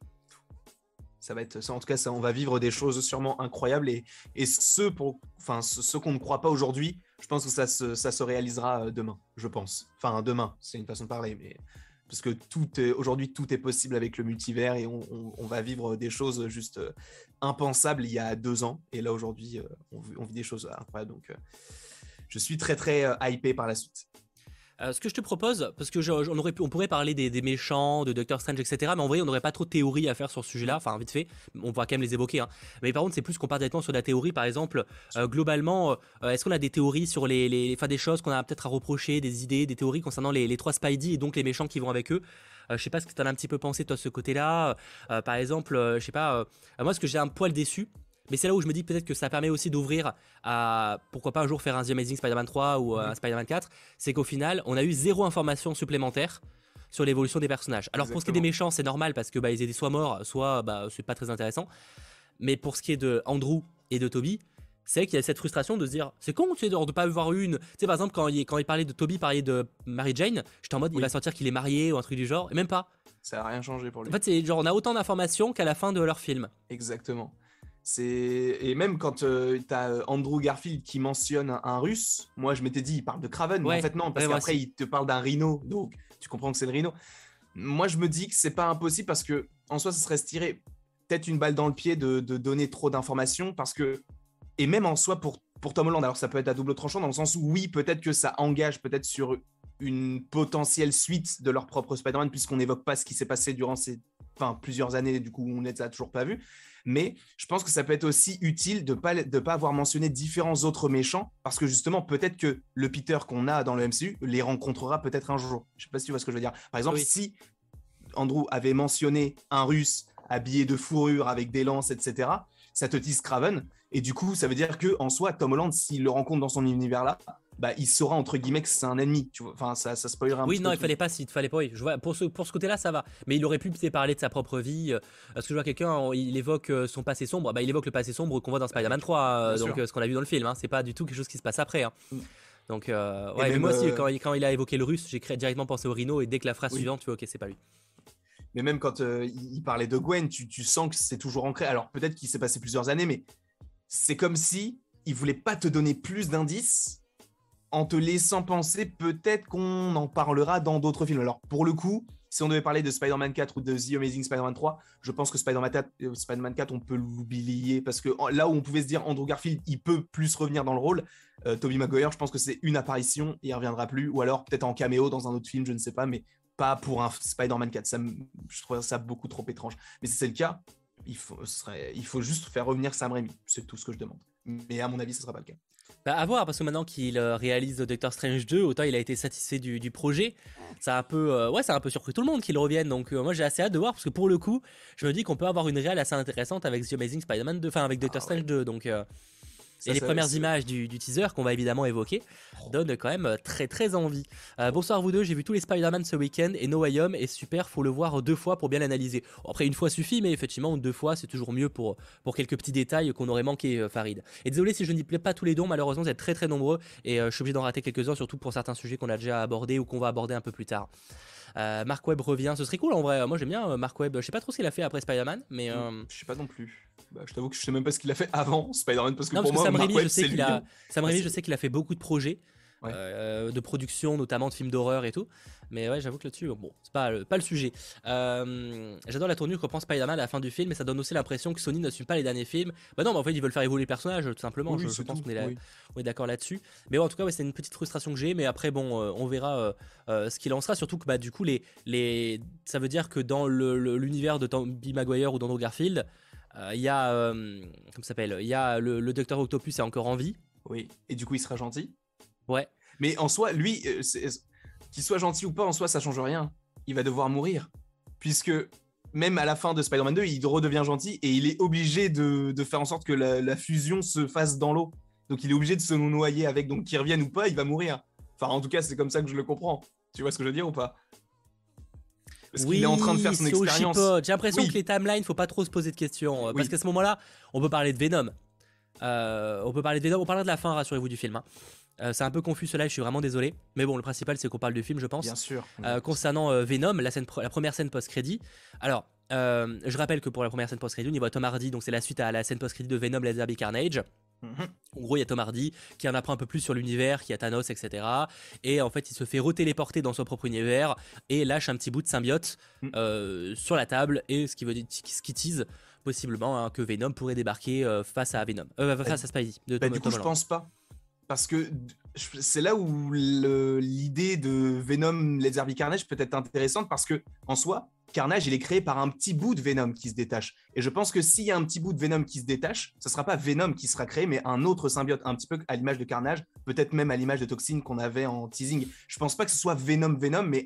B: Ça va être ça, en tout cas, ça, on va vivre des choses sûrement incroyables et ce qu'on ne croit pas aujourd'hui, je pense que ça se réalisera demain, je pense. Enfin, demain, c'est une façon de parler, mais parce que aujourd'hui, tout est possible avec le multivers et on va vivre des choses juste impensables il y a 2 ans. Et là, aujourd'hui, on vit des choses incroyables. Donc, je suis très, très hypé par la suite.
A: Ce que je te propose, parce que on pourrait parler des méchants, de Doctor Strange, etc. Mais en vrai, on n'aurait pas trop de théories à faire sur ce sujet-là. Enfin, vite fait, on va quand même les évoquer. Hein. Mais par contre, c'est plus qu'on part directement sur la théorie. Par exemple, globalement, est-ce qu'on a des théories sur des choses qu'on a peut-être à reprocher, des idées, des théories concernant les 3 Spidey et donc les méchants qui vont avec eux? Je sais pas ce que tu en as un petit peu pensé, toi, de ce côté-là. Par exemple, je sais pas, moi, ce que j'ai un poil déçu. Mais c'est là où je me dis peut-être que ça permet aussi d'ouvrir à pourquoi pas un jour faire un The Amazing Spider-Man 3 ou un Spider-Man 4. C'est qu'au final, on a eu 0 information supplémentaire sur l'évolution des personnages. Alors pour ce qui est des méchants, c'est normal parce que ils étaient soit morts, soit c'est pas très intéressant. Mais pour ce qui est de Andrew et de Tobey, c'est qu'il y a cette frustration de se dire c'est con, tu sais, de pas avoir une. Tu sais, par exemple, quand il parlait de Tobey, parlait de Mary Jane, j'étais en mode il va sortir qu'il est marié ou un truc du genre, et même pas.
B: Ça n'a rien changé pour lui.
A: En fait, c'est genre on a autant d'informations qu'à la fin de leur film.
B: Exactement. Et même quand tu as Andrew Garfield qui mentionne un russe, moi je m'étais dit il parle de Kraven, mais en
A: Ouais,
B: fait non, parce
A: ouais, moi
B: qu'après
A: aussi.
B: il te parle d'un rhino, donc tu comprends que c'est le rhino. Moi je me dis que c'est pas impossible parce que en soi ça serait se tirer peut-être une balle dans le pied de donner trop d'informations parce que, et même en soi pour Tom Holland, alors ça peut être à double tranchant dans le sens où oui, peut-être que ça engage peut-être sur une potentielle suite de leur propre Spider-Man puisqu'on n'évoque pas ce qui s'est passé durant ces plusieurs années, du coup on ne les a toujours pas vus. Mais je pense que ça peut être aussi utile de pas avoir mentionné différents autres méchants, parce que justement, peut-être que le Peter qu'on a dans le MCU les rencontrera peut-être un jour. Je sais pas si tu vois ce que je veux dire. Par exemple,
A: Oui.
B: si Andrew avait mentionné un Russe habillé de fourrure avec des lances, etc., ça te tease Kraven. Et du coup, ça veut dire que en soi, Tom Holland, s'il le rencontre dans son univers-là, bah, il saura entre guillemets que c'est un ennemi. Tu vois, enfin, ça spoilera un
A: Oui,
B: petit peu
A: non,
B: le
A: il fallait
B: truc.
A: pas, il fallait pas. Oui, je vois, pour ce côté-là, ça va. Mais il aurait pu peut-être parler de sa propre vie. Parce que je vois quelqu'un, il évoque son passé sombre. Bah, il évoque le passé sombre qu'on voit dans Spider-Man 3,
B: Bien
A: donc
B: sûr.
A: ce qu'on a vu dans le film. Hein. C'est pas du tout quelque chose qui se passe après. Hein.
B: Mm.
A: Donc,
B: Et
A: ouais, mais
B: même,
A: moi aussi, quand il a évoqué le russe, j'ai directement pensé au Rhino. Et dès que la phrase
B: oui.
A: suivante, tu vois, ok, c'est pas lui.
B: Mais même quand il parlait de Gwen, tu sens que c'est toujours ancré. Alors peut-être qu'il s'est passé plusieurs années, mais c'est comme si il voulait pas te donner plus d'indices en te laissant penser peut-être qu'on en parlera dans d'autres films. Alors pour le coup, si on devait parler de Spider-Man 4 ou de The Amazing Spider-Man 3, je pense que Spider-Man 4 on peut l'oublier parce que là où on pouvait se dire Andrew Garfield, il peut plus revenir dans le rôle, Tobey Maguire, je pense que c'est une apparition et il reviendra plus, ou alors peut-être en caméo dans un autre film, je ne sais pas, mais pas pour un Spider-Man 4. Je trouve ça beaucoup trop étrange. Mais si c'est le cas, il faut juste faire revenir Sam Raimi. C'est tout ce que je demande. Mais à mon avis, ce ne sera pas le cas.
A: Bah, à voir, parce que maintenant qu'il réalise Doctor Strange 2, autant il a été satisfait du projet. Ça a un peu, ouais, ça a un peu surpris tout le monde qu'il revienne. Donc, moi, j'ai assez hâte de voir, parce que pour le coup, je me dis qu'on peut avoir une réale assez intéressante avec The Amazing Spider-Man 2, enfin avec Doctor
B: Ah
A: Strange
B: ouais.
A: 2. Donc, et
B: Ça,
A: les premières
B: c'est...
A: images du teaser qu'on va évidemment évoquer donnent quand même très très envie. Bonsoir vous deux, j'ai vu tous les Spider-Man ce week-end et No Way Home est super, faut le voir 2 fois pour bien l'analyser. Après une fois suffit, mais effectivement 2 fois c'est toujours mieux pour quelques petits détails qu'on aurait manqué, Farid. Et désolé si je n'y plais pas tous les dons, malheureusement vous êtes très très nombreux et je suis obligé d'en rater quelques-uns, surtout pour certains sujets qu'on a déjà abordés ou qu'on va aborder un peu plus tard. Mark Webb revient, ce serait cool en vrai. Moi j'aime bien Mark Webb. Je sais pas trop ce qu'il a fait après Spider-Man, mais
B: Je sais pas non plus. Bah, je t'avoue que je sais même pas ce qu'il a fait avant Spider-Man, parce que
A: non, parce
B: pour
A: que
B: moi,
A: Sam
B: Mark
A: Raimi,
B: Webb, c'est lui. Hein.
A: Sam
B: Ah,
A: Raimi, je sais qu'il a fait beaucoup de projets.
B: Ouais.
A: De production, notamment de films d'horreur et tout. Mais ouais, j'avoue que là-dessus, bon, c'est pas le sujet. J'adore la tournure que prend Spider-Man à la fin du film, mais ça donne aussi l'impression que Sony n'assume pas les derniers films. Bah non, mais en fait, ils veulent faire évoluer le personnage, tout simplement.
B: Oui,
A: Je pense
B: tout.
A: qu'on est,
B: Oui.
A: on est d'accord là-dessus. Mais ouais, en tout cas, ouais, c'est une petite frustration que j'ai. Mais après, bon, on verra ce qu'il en sera. Surtout que bah, du coup, ça veut dire que dans l'univers de Tobey Maguire ou d'Andrew Garfield, il y a, comment ça s'appelle, il y a le Docteur Octopus est encore en vie.
B: Oui. Et du coup, il sera gentil.
A: Ouais.
B: Mais en soi, lui, qu'il soit gentil ou pas, en soi, ça change rien. Il va devoir mourir. Puisque même à la fin de Spider-Man 2, il redevient gentil et il est obligé de faire en sorte que la fusion se fasse dans l'eau. Donc il est obligé de se noyer avec. Donc qu'il revienne ou pas, il va mourir. Enfin, en tout cas, c'est comme ça que je le comprends. Tu vois ce que je veux dire ou pas? Parce qu'il est en train de faire
A: Oui,
B: son
A: c'est au
B: expérience.
A: chipote. J'ai l'impression que
B: Oui,
A: les timelines, faut pas trop se poser de questions. Parce
B: oui,
A: qu'à ce moment-là, on peut parler de Venom. On peut parler de Venom. On parlera de la fin, rassurez-vous, du film. Hein. C'est un peu confus ce live, je suis vraiment désolé. Mais bon, le principal, c'est qu'on parle du film, je pense.
B: bien sûr.
A: Concernant Venom, la première scène post-crédit. Alors, je rappelle que pour la première scène post-crédit, on y voit Tom Hardy. Donc, c'est la suite à la scène post-crédit de Venom, Laserbeak Carnage.
B: Mhm.
A: En gros, il y a Tom Hardy qui en apprend un peu plus sur l'univers, qui a Thanos, etc. Et en fait, il se fait retéléporter dans son propre univers et lâche un petit bout de symbiote sur la table. Et ce qui tease possiblement hein, que Venom pourrait débarquer face à Venom, face à Spidey de
B: Bah,
A: Tom,
B: du coup,
A: Tom
B: je
A: Holland.
B: pense pas. Parce que c'est là où l'idée de Venom, Laserbeak Carnage peut être intéressante parce que en soi, Carnage, il est créé par un petit bout de Venom qui se détache. Et je pense que s'il y a un petit bout de Venom qui se détache, ce ne sera pas Venom qui sera créé, mais un autre symbiote, un petit peu à l'image de Carnage, peut-être même à l'image de Toxine qu'on avait en teasing. Je pense pas que ce soit Venom, mais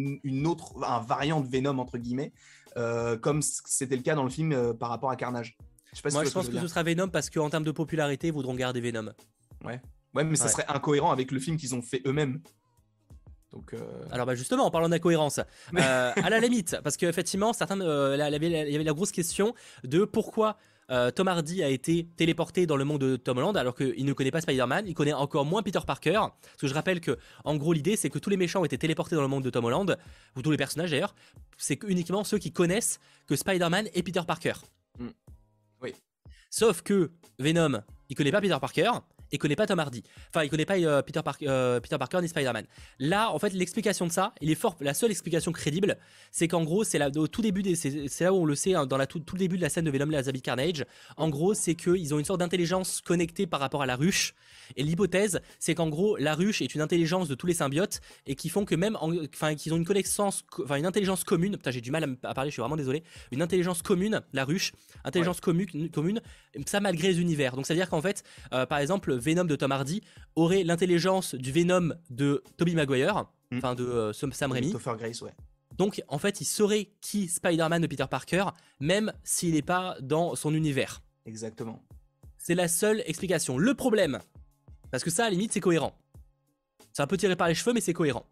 B: un variant de Venom, entre guillemets, comme c'était le cas dans le film par rapport à Carnage. Je sais pas si
A: Moi,
B: tu vois
A: je
B: ce que
A: pense
B: je veux
A: que ce
B: dire.
A: sera Venom parce qu'en termes de popularité, ils voudront garder Venom.
B: Ouais. Ouais, mais ça
A: Ouais.
B: serait incohérent avec le film qu'ils ont fait eux-mêmes. Donc,
A: Alors bah justement, en parlant d'incohérence, à la limite, parce qu'effectivement, certains, il y avait la grosse question de pourquoi Tom Hardy a été téléporté dans le monde de Tom Holland alors qu'il ne connaît pas Spider-Man, il connaît encore moins Peter Parker. Parce que je rappelle que, en gros, l'idée c'est que tous les méchants ont été téléportés dans le monde de Tom Holland, ou tous les personnages d'ailleurs, c'est uniquement ceux qui connaissent que Spider-Man est Peter Parker.
B: oui.
A: Sauf que Venom, il connaît pas Peter Parker, et connaît pas Tom Hardy. Enfin, il connaît pas Peter Parker ni Spider-Man. Là, en fait, l'explication de ça, la seule explication crédible, c'est qu'en gros, c'est là, au tout début, c'est là où on le sait, hein, dans tout le début de la scène de Venom, la Zabby Carnage. En gros, c'est qu'ils ont une sorte d'intelligence connectée par rapport à la ruche. Et l'hypothèse, c'est qu'en gros, la ruche est une intelligence de tous les symbiotes et qui font que même, qu'ils ont une intelligence commune. Putain, j'ai du mal à parler, je suis vraiment désolé. Une intelligence commune, la ruche, intelligence commune, ça malgré les univers. Donc, ça veut dire qu'en fait, par exemple, Venom de Tom Hardy aurait l'intelligence du Venom de Tobey Maguire, enfin de Sam Raimi.
B: Topher Grace, ouais.
A: Donc en fait, il saurait qui Spider-Man de Peter Parker, même s'il n'est pas dans son univers.
B: Exactement.
A: C'est la seule explication. Le problème, parce que ça, à la limite, c'est cohérent. C'est un peu tiré par les cheveux, mais c'est cohérent.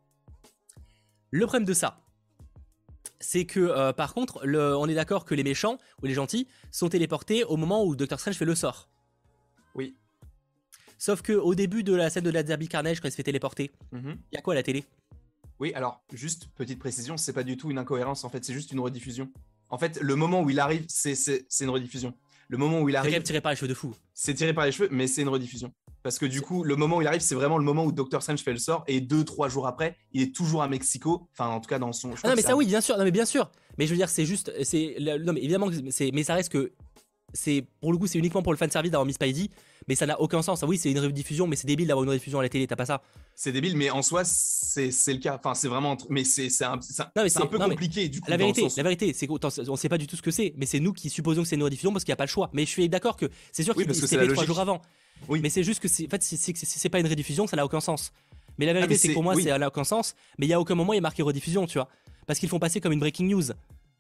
A: Le problème de ça, c'est que par contre, on est d'accord que les méchants ou les gentils sont téléportés au moment où Doctor Strange fait le sort.
B: Oui.
A: Sauf qu'au début de la scène de la Zabby Carnage, quand il se fait téléporter, il y a quoi à la télé?
B: Oui, alors, juste petite précision, c'est pas du tout une incohérence, en fait, c'est juste une rediffusion. En fait, le moment où il arrive, c'est une rediffusion. Le moment où il arrive...
A: C'est quand même tiré par les cheveux de fou.
B: C'est tiré par les cheveux, mais c'est une rediffusion. Parce que du coup, le moment où il arrive, c'est vraiment le moment où Doctor Strange fait le sort, et 2-3 jours après, il est toujours à Mexico, enfin, en tout cas, dans son...
A: Ah non, mais ça, oui, bien sûr, non, mais bien sûr. Mais je veux dire, c'est juste... Non, mais évidemment, mais ça reste que... Pour le coup, c'est uniquement pour le fanservice d'avoir mis Spidey, mais ça n'a aucun sens. Ah oui, c'est une rediffusion, mais c'est débile d'avoir une rediffusion à la télé, t'as pas ça?
B: C'est débile, mais en soi, c'est le cas. Enfin, c'est vraiment... Mais c'est un peu compliqué, du coup.
A: La vérité, c'est qu'on sait pas du tout ce que c'est, mais c'est nous qui supposons que c'est une rediffusion parce qu'il n'y a pas le choix. Mais je suis d'accord que c'est sûr qu'il s'est fait 3 jours avant. Oui. Mais c'est juste que en fait, si c'est pas une rediffusion, ça n'a aucun sens. Mais la vérité, c'est que pour moi, ça n'a aucun sens. Mais il y a aucun moment il est marqué rediffusion, tu vois, parce qu'ils font passer comme une breaking news.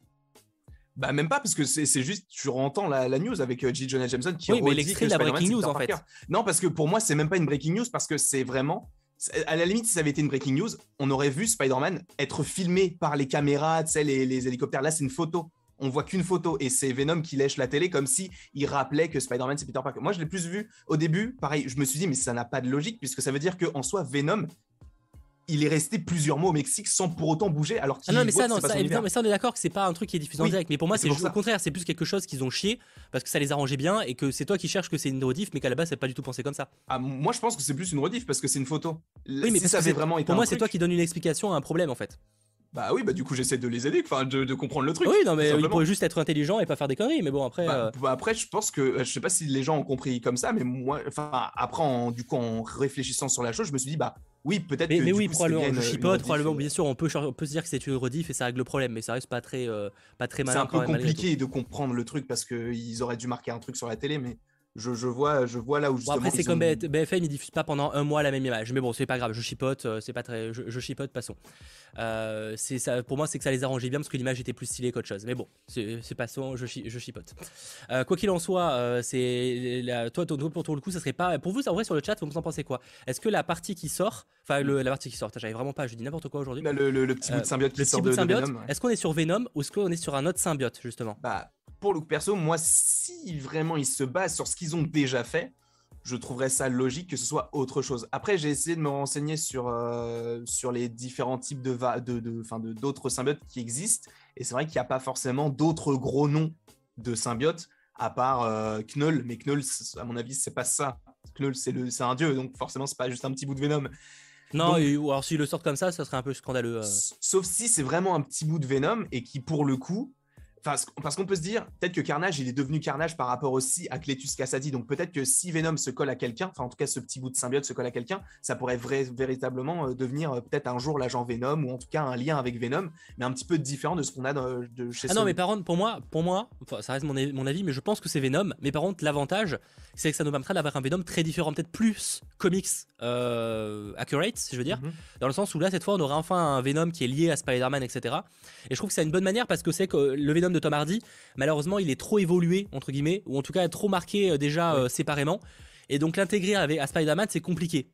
B: Bah même pas, parce que c'est juste, tu entends la news avec J. Jonah Jameson qui
A: redit mais l'extrait de la breaking news en fait.
B: Non, parce que pour moi, c'est même pas une breaking news, parce que c'est vraiment... À la limite, si ça avait été une breaking news, on aurait vu Spider-Man être filmé par les caméras, tu sais, les hélicoptères. Là, c'est une photo. On voit qu'une photo, et c'est Venom qui lèche la télé comme si il rappelait que Spider-Man, c'est Peter Parker. Moi, je l'ai plus vu au début. Pareil, je me suis dit, mais ça n'a pas de logique, puisque ça veut dire qu'en soi, Venom... il est resté plusieurs mois au Mexique sans pour autant bouger, alors qu'il
A: mais ça on est d'accord que c'est pas un truc qui est diffusé en direct. Mais pour moi, c'est au contraire, c'est plus quelque chose qu'ils ont chié parce que ça les arrangeait bien et que c'est toi qui cherches que c'est une rediff, mais qu'à la base, c'est pas du tout pensé comme ça.
B: Ah, moi, je pense que c'est plus une rediff parce que c'est une photo.
A: Oui, mais si ça avait vraiment été pour moi, c'est toi qui donne une explication à un problème en fait.
B: Bah oui, bah du coup j'essaie de les aider, enfin de comprendre le truc.
A: Oui, non mais il pourrait juste être intelligent et pas faire des conneries, mais bon après.
B: Après, je pense que je sais pas si les gens ont compris comme ça, mais moi, enfin après en réfléchissant sur la chose, je me suis dit bah oui peut-être.
A: Mais oui, probablement. Je chipote, probablement. Bien sûr, on peut se dire que c'est une rediff et ça règle le problème, mais ça reste pas très malin.
B: C'est un peu compliqué de comprendre le truc parce que ils auraient dû marquer un truc sur la télé, mais. Je vois là où justement.
A: Bon, après, c'est comme BFM, ils diffusent pas pendant un mois la même image. Mais bon, c'est pas grave, je chipote, c'est pas très. Je chipote, passons. Ça, pour moi, c'est que ça les arrangeait bien parce que l'image était plus stylée qu'autre chose. Mais bon, c'est passons, je chipote. Quoi qu'il en soit, toi, pour le coup, ça serait pas. Pour vous, en vrai, sur le chat, vous en pensez quoi? Est-ce que la partie qui sort. Enfin, la partie qui sort, j'avais vraiment pas, je dis n'importe quoi aujourd'hui.
B: Le petit bout de symbiote qui sort de Venom. Ouais.
A: Est-ce qu'on est sur Venom ou est-ce qu'on est sur un autre symbiote, justement?
B: Bah. Pour le perso, moi, si vraiment ils se basent sur ce qu'ils ont déjà fait, je trouverais ça logique que ce soit autre chose. Après, j'ai essayé de me renseigner sur les différents types d'autres symbiotes qui existent, et c'est vrai qu'il n'y a pas forcément d'autres gros noms de symbiotes à part Knull, mais Knull, à mon avis, c'est pas ça. Knull, c'est un dieu, donc forcément, c'est pas juste un petit bout de Venom.
A: Non, ou alors s'ils le sortent comme ça serait un peu scandaleux.
B: Sauf si c'est vraiment un petit bout de Venom et qui, pour le coup. Parce qu'on peut se dire, peut-être que Carnage, il est devenu Carnage par rapport aussi à Cletus Kasady. Donc peut-être que si Venom se colle à quelqu'un, enfin en tout cas ce petit bout de symbiote se colle à quelqu'un, ça pourrait véritablement devenir peut-être un jour l'agent Venom ou en tout cas un lien avec Venom, mais un petit peu différent de ce qu'on a de chez Sony.
A: Non, mais par contre, pour moi, ça reste mon avis, mais je pense que c'est Venom. Mais par contre, l'avantage, c'est que ça nous permettra d'avoir un Venom très différent, peut-être plus comics accurate, si je veux dire, dans le sens où là, cette fois, on aura enfin un Venom qui est lié à Spider-Man, etc. Et je trouve que c'est une bonne manière parce que c'est que le Venom de Tom Hardy, malheureusement, il est trop évolué, entre guillemets, ou en tout cas trop marqué déjà séparément. Et donc l'intégrer à Spider-Man, c'est compliqué.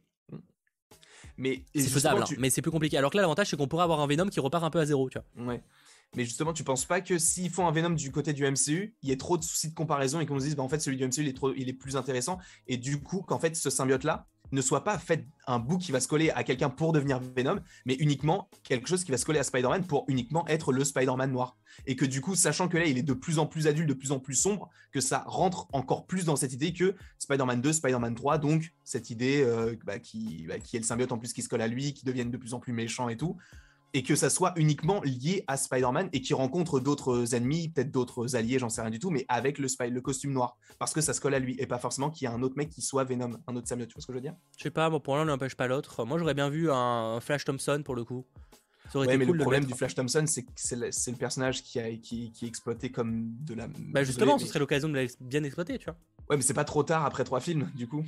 B: Mais
A: c'est faisable, mais c'est plus compliqué. Alors que là, l'avantage, c'est qu'on pourrait avoir un Venom qui repart un peu à zéro, tu vois.
B: Ouais. Mais justement, tu penses pas que s'ils font un Venom du côté du MCU, il y ait trop de soucis de comparaison et qu'on se dise, bah, en fait, celui du MCU, il est plus intéressant. Et du coup, qu'en fait, ce symbiote-là, ne soit pas fait un bout qui va se coller à quelqu'un pour devenir Venom, mais uniquement quelque chose qui va se coller à Spider-Man pour uniquement être le Spider-Man noir. Et que du coup, sachant que là, il est de plus en plus adulte, de plus en plus sombre, que ça rentre encore plus dans cette idée que Spider-Man 2, Spider-Man 3, donc cette idée qui est le symbiote en plus qui se colle à lui, qui devienne de plus en plus méchant et tout, et que ça soit uniquement lié à Spider-Man et qu'il rencontre d'autres ennemis, peut-être d'autres alliés, j'en sais rien du tout, mais avec le costume noir, parce que ça se colle à lui, et pas forcément qu'il y ait un autre mec qui soit Venom, un autre symbiote, tu vois ce que je veux dire?
A: Je sais pas, moi pour l'un n'empêche pas l'autre. Moi j'aurais bien vu un Flash Thompson pour le coup. Ça aurait
B: Ouais,
A: été
B: mais
A: cool
B: le
A: de le
B: problème
A: mettre.
B: du Flash Thompson, c'est que c'est le personnage qui est exploité comme de la...
A: Bah
B: Désolé,
A: justement, ce
B: mais...
A: serait l'occasion de bien exploiter, tu vois.
B: Ouais, mais c'est pas trop tard après 3 films, du coup.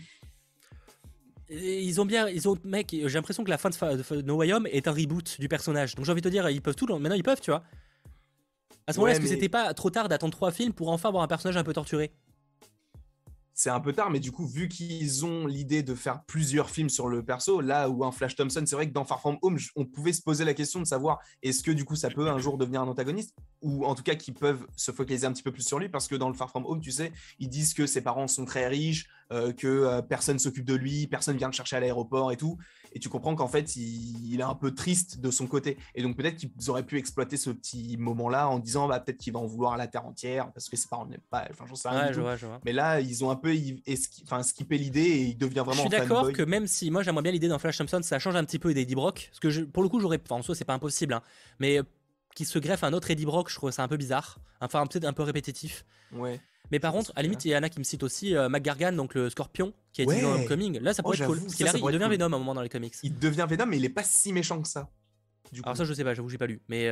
A: Et mec, j'ai l'impression que la fin de No Way Home est un reboot du personnage. Donc j'ai envie de te dire, ils peuvent tout, maintenant ils peuvent, tu vois. À ce moment-là,
B: Ouais,
A: est-ce que
B: mais
A: c'était pas trop tard d'attendre 3 films pour enfin avoir un personnage un peu torturé?
B: c'est un peu tard, mais du coup, vu qu'ils ont l'idée de faire plusieurs films sur le perso, là où un Flash Thompson, c'est vrai que dans Far From Home, on pouvait se poser la question de savoir est-ce que du coup ça peut un jour devenir un antagoniste, ou en tout cas qu'ils peuvent se focaliser un petit peu plus sur lui, parce que dans le Far From Home, tu sais, ils disent que ses parents sont très riches, que personne s'occupe de lui, personne vient le chercher à l'aéroport et tout, et tu comprends qu'en fait, il est un peu triste de son côté, et donc peut-être qu'ils auraient pu exploiter ce petit moment-là en disant bah, peut-être qu'il va en vouloir à la terre entière, parce que ses parents n'aiment pas, enfin j'en sais rien
A: Ouais,
B: du
A: je
B: tout.
A: vois, je vois.
B: Mais là, ils ont un peu skippé l'idée et il devient
A: Je
B: vraiment
A: suis
B: un
A: d'accord
B: fanboy.
A: que même si moi j'aimerais bien l'idée d'un Flash Thompson, ça change un petit peu d'Eddie Brock. Parce que pour le coup, enfin, en soi, c'est pas impossible, hein, mais qui se greffe un autre Eddie Brock, je trouve ça un peu bizarre. Enfin, peut-être un peu répétitif.
B: Ouais.
A: Mais par
B: Je vois
A: contre,
B: ce que
A: à la
B: tu veux
A: limite,
B: dire.
A: il y en a qui me citent aussi McGargan, donc le scorpion, qui a été dans
B: Ouais.
A: Homecoming. Là, ça
B: Oh,
A: pourrait être cool.
B: j'avoue,
A: Parce
B: ça
A: qu'il
B: pourrait être
A: devient
B: cool.
A: Venom à un moment dans les comics.
B: Il devient Venom, mais il est pas si méchant que ça. Du coup.
A: Alors ça, je sais pas, j'avoue, j'ai pas lu. Mais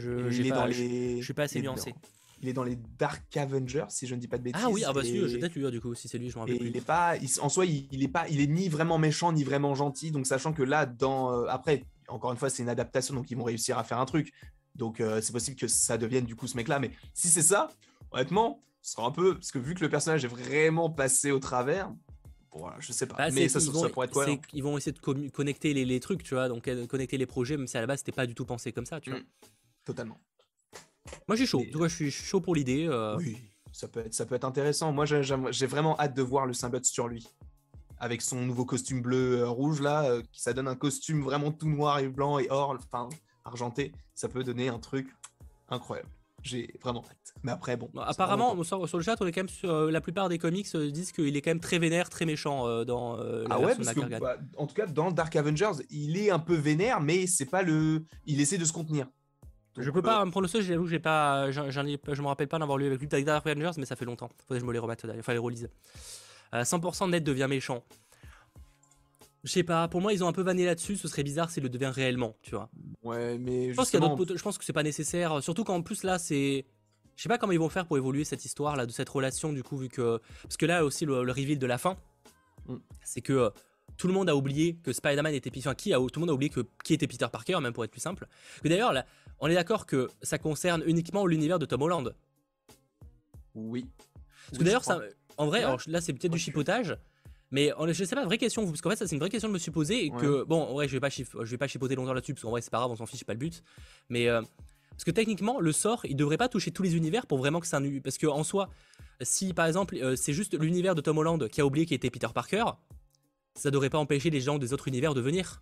A: je suis pas assez nuancé.
B: Il est dans les Dark Avengers, si je ne dis pas de bêtises.
A: Ah oui, ah bah si, j'ai peut-être lu du coup, si c'est lui, je me rappelle
B: Et
A: plus.
B: il est pas, en soi, il est ni vraiment méchant ni vraiment gentil. Donc sachant que là, après, encore une fois, c'est une adaptation, donc ils vont réussir à faire un truc. Donc c'est possible que ça devienne du coup ce mec-là. Mais si c'est ça, honnêtement, ce sera un peu parce que vu que le personnage est vraiment passé au travers, bon, voilà, je sais pas.
A: Bah,
B: Mais ça pourrait être cohérent.
A: ils vont essayer de connecter les trucs, tu vois, donc connecter les projets, même si à la base c'était pas du tout pensé comme ça, tu vois.
B: Totalement.
A: Moi, je suis chaud.
B: Mais,
A: En tout cas, je suis chaud pour l'idée.
B: oui, ça peut être intéressant. Moi, j'ai vraiment hâte de voir le symbiote sur lui. Avec son nouveau costume bleu rouge là, ça donne un costume vraiment tout noir et blanc et or, enfin argenté. Ça peut donner un truc incroyable. J'ai vraiment hâte. Mais après, bon.
A: Apparemment, sur le chat, on est quand même la plupart des comics disent qu'il est quand même très vénère, très méchant dans la
B: ouais,
A: version de
B: parce que
A: McGargan.
B: en tout cas dans Dark Avengers, il est un peu vénère, mais c'est pas il essaie de se contenir. Donc,
A: Je peux pas me prononcer, j'avoue que je me rappelle pas d'avoir lu avec lui Dark Avengers, mais ça fait longtemps. Faudrait que je me les remette, enfin les relise. 100% Ned devient méchant. Je sais pas, pour moi ils ont un peu vanné là-dessus, ce serait bizarre s'il le devient réellement, tu vois.
B: Ouais, mais
A: Je pense qu'il y a je pense que c'est pas nécessaire, surtout qu'en plus là c'est... Je sais pas comment ils vont faire pour évoluer cette histoire là, de cette relation du coup, vu que... Parce que là aussi le reveal de la fin, c'est que tout le monde a oublié que Spider-Man était... Enfin, tout le monde a oublié qui était Peter Parker, même pour être plus simple. Que d'ailleurs, là, on est d'accord que ça concerne uniquement l'univers de Tom Holland.
B: Oui.
A: Parce que d'ailleurs, en vrai,
B: Ouais.
A: alors, là c'est peut-être du chipotage, mais je sais pas, vraie question, parce qu'en fait ça c'est une vraie question que je me suis posée, et que, bon, en vrai je vais pas chipoter longtemps là-dessus, parce qu'en vrai c'est pas grave, on s'en fiche, c'est pas le but, mais parce que techniquement, le sort, il devrait pas toucher tous les univers pour vraiment que ça... Parce que en soi, si par exemple c'est juste l'univers de Tom Holland qui a oublié qu'il était Peter Parker, ça devrait pas empêcher les gens des autres univers de venir.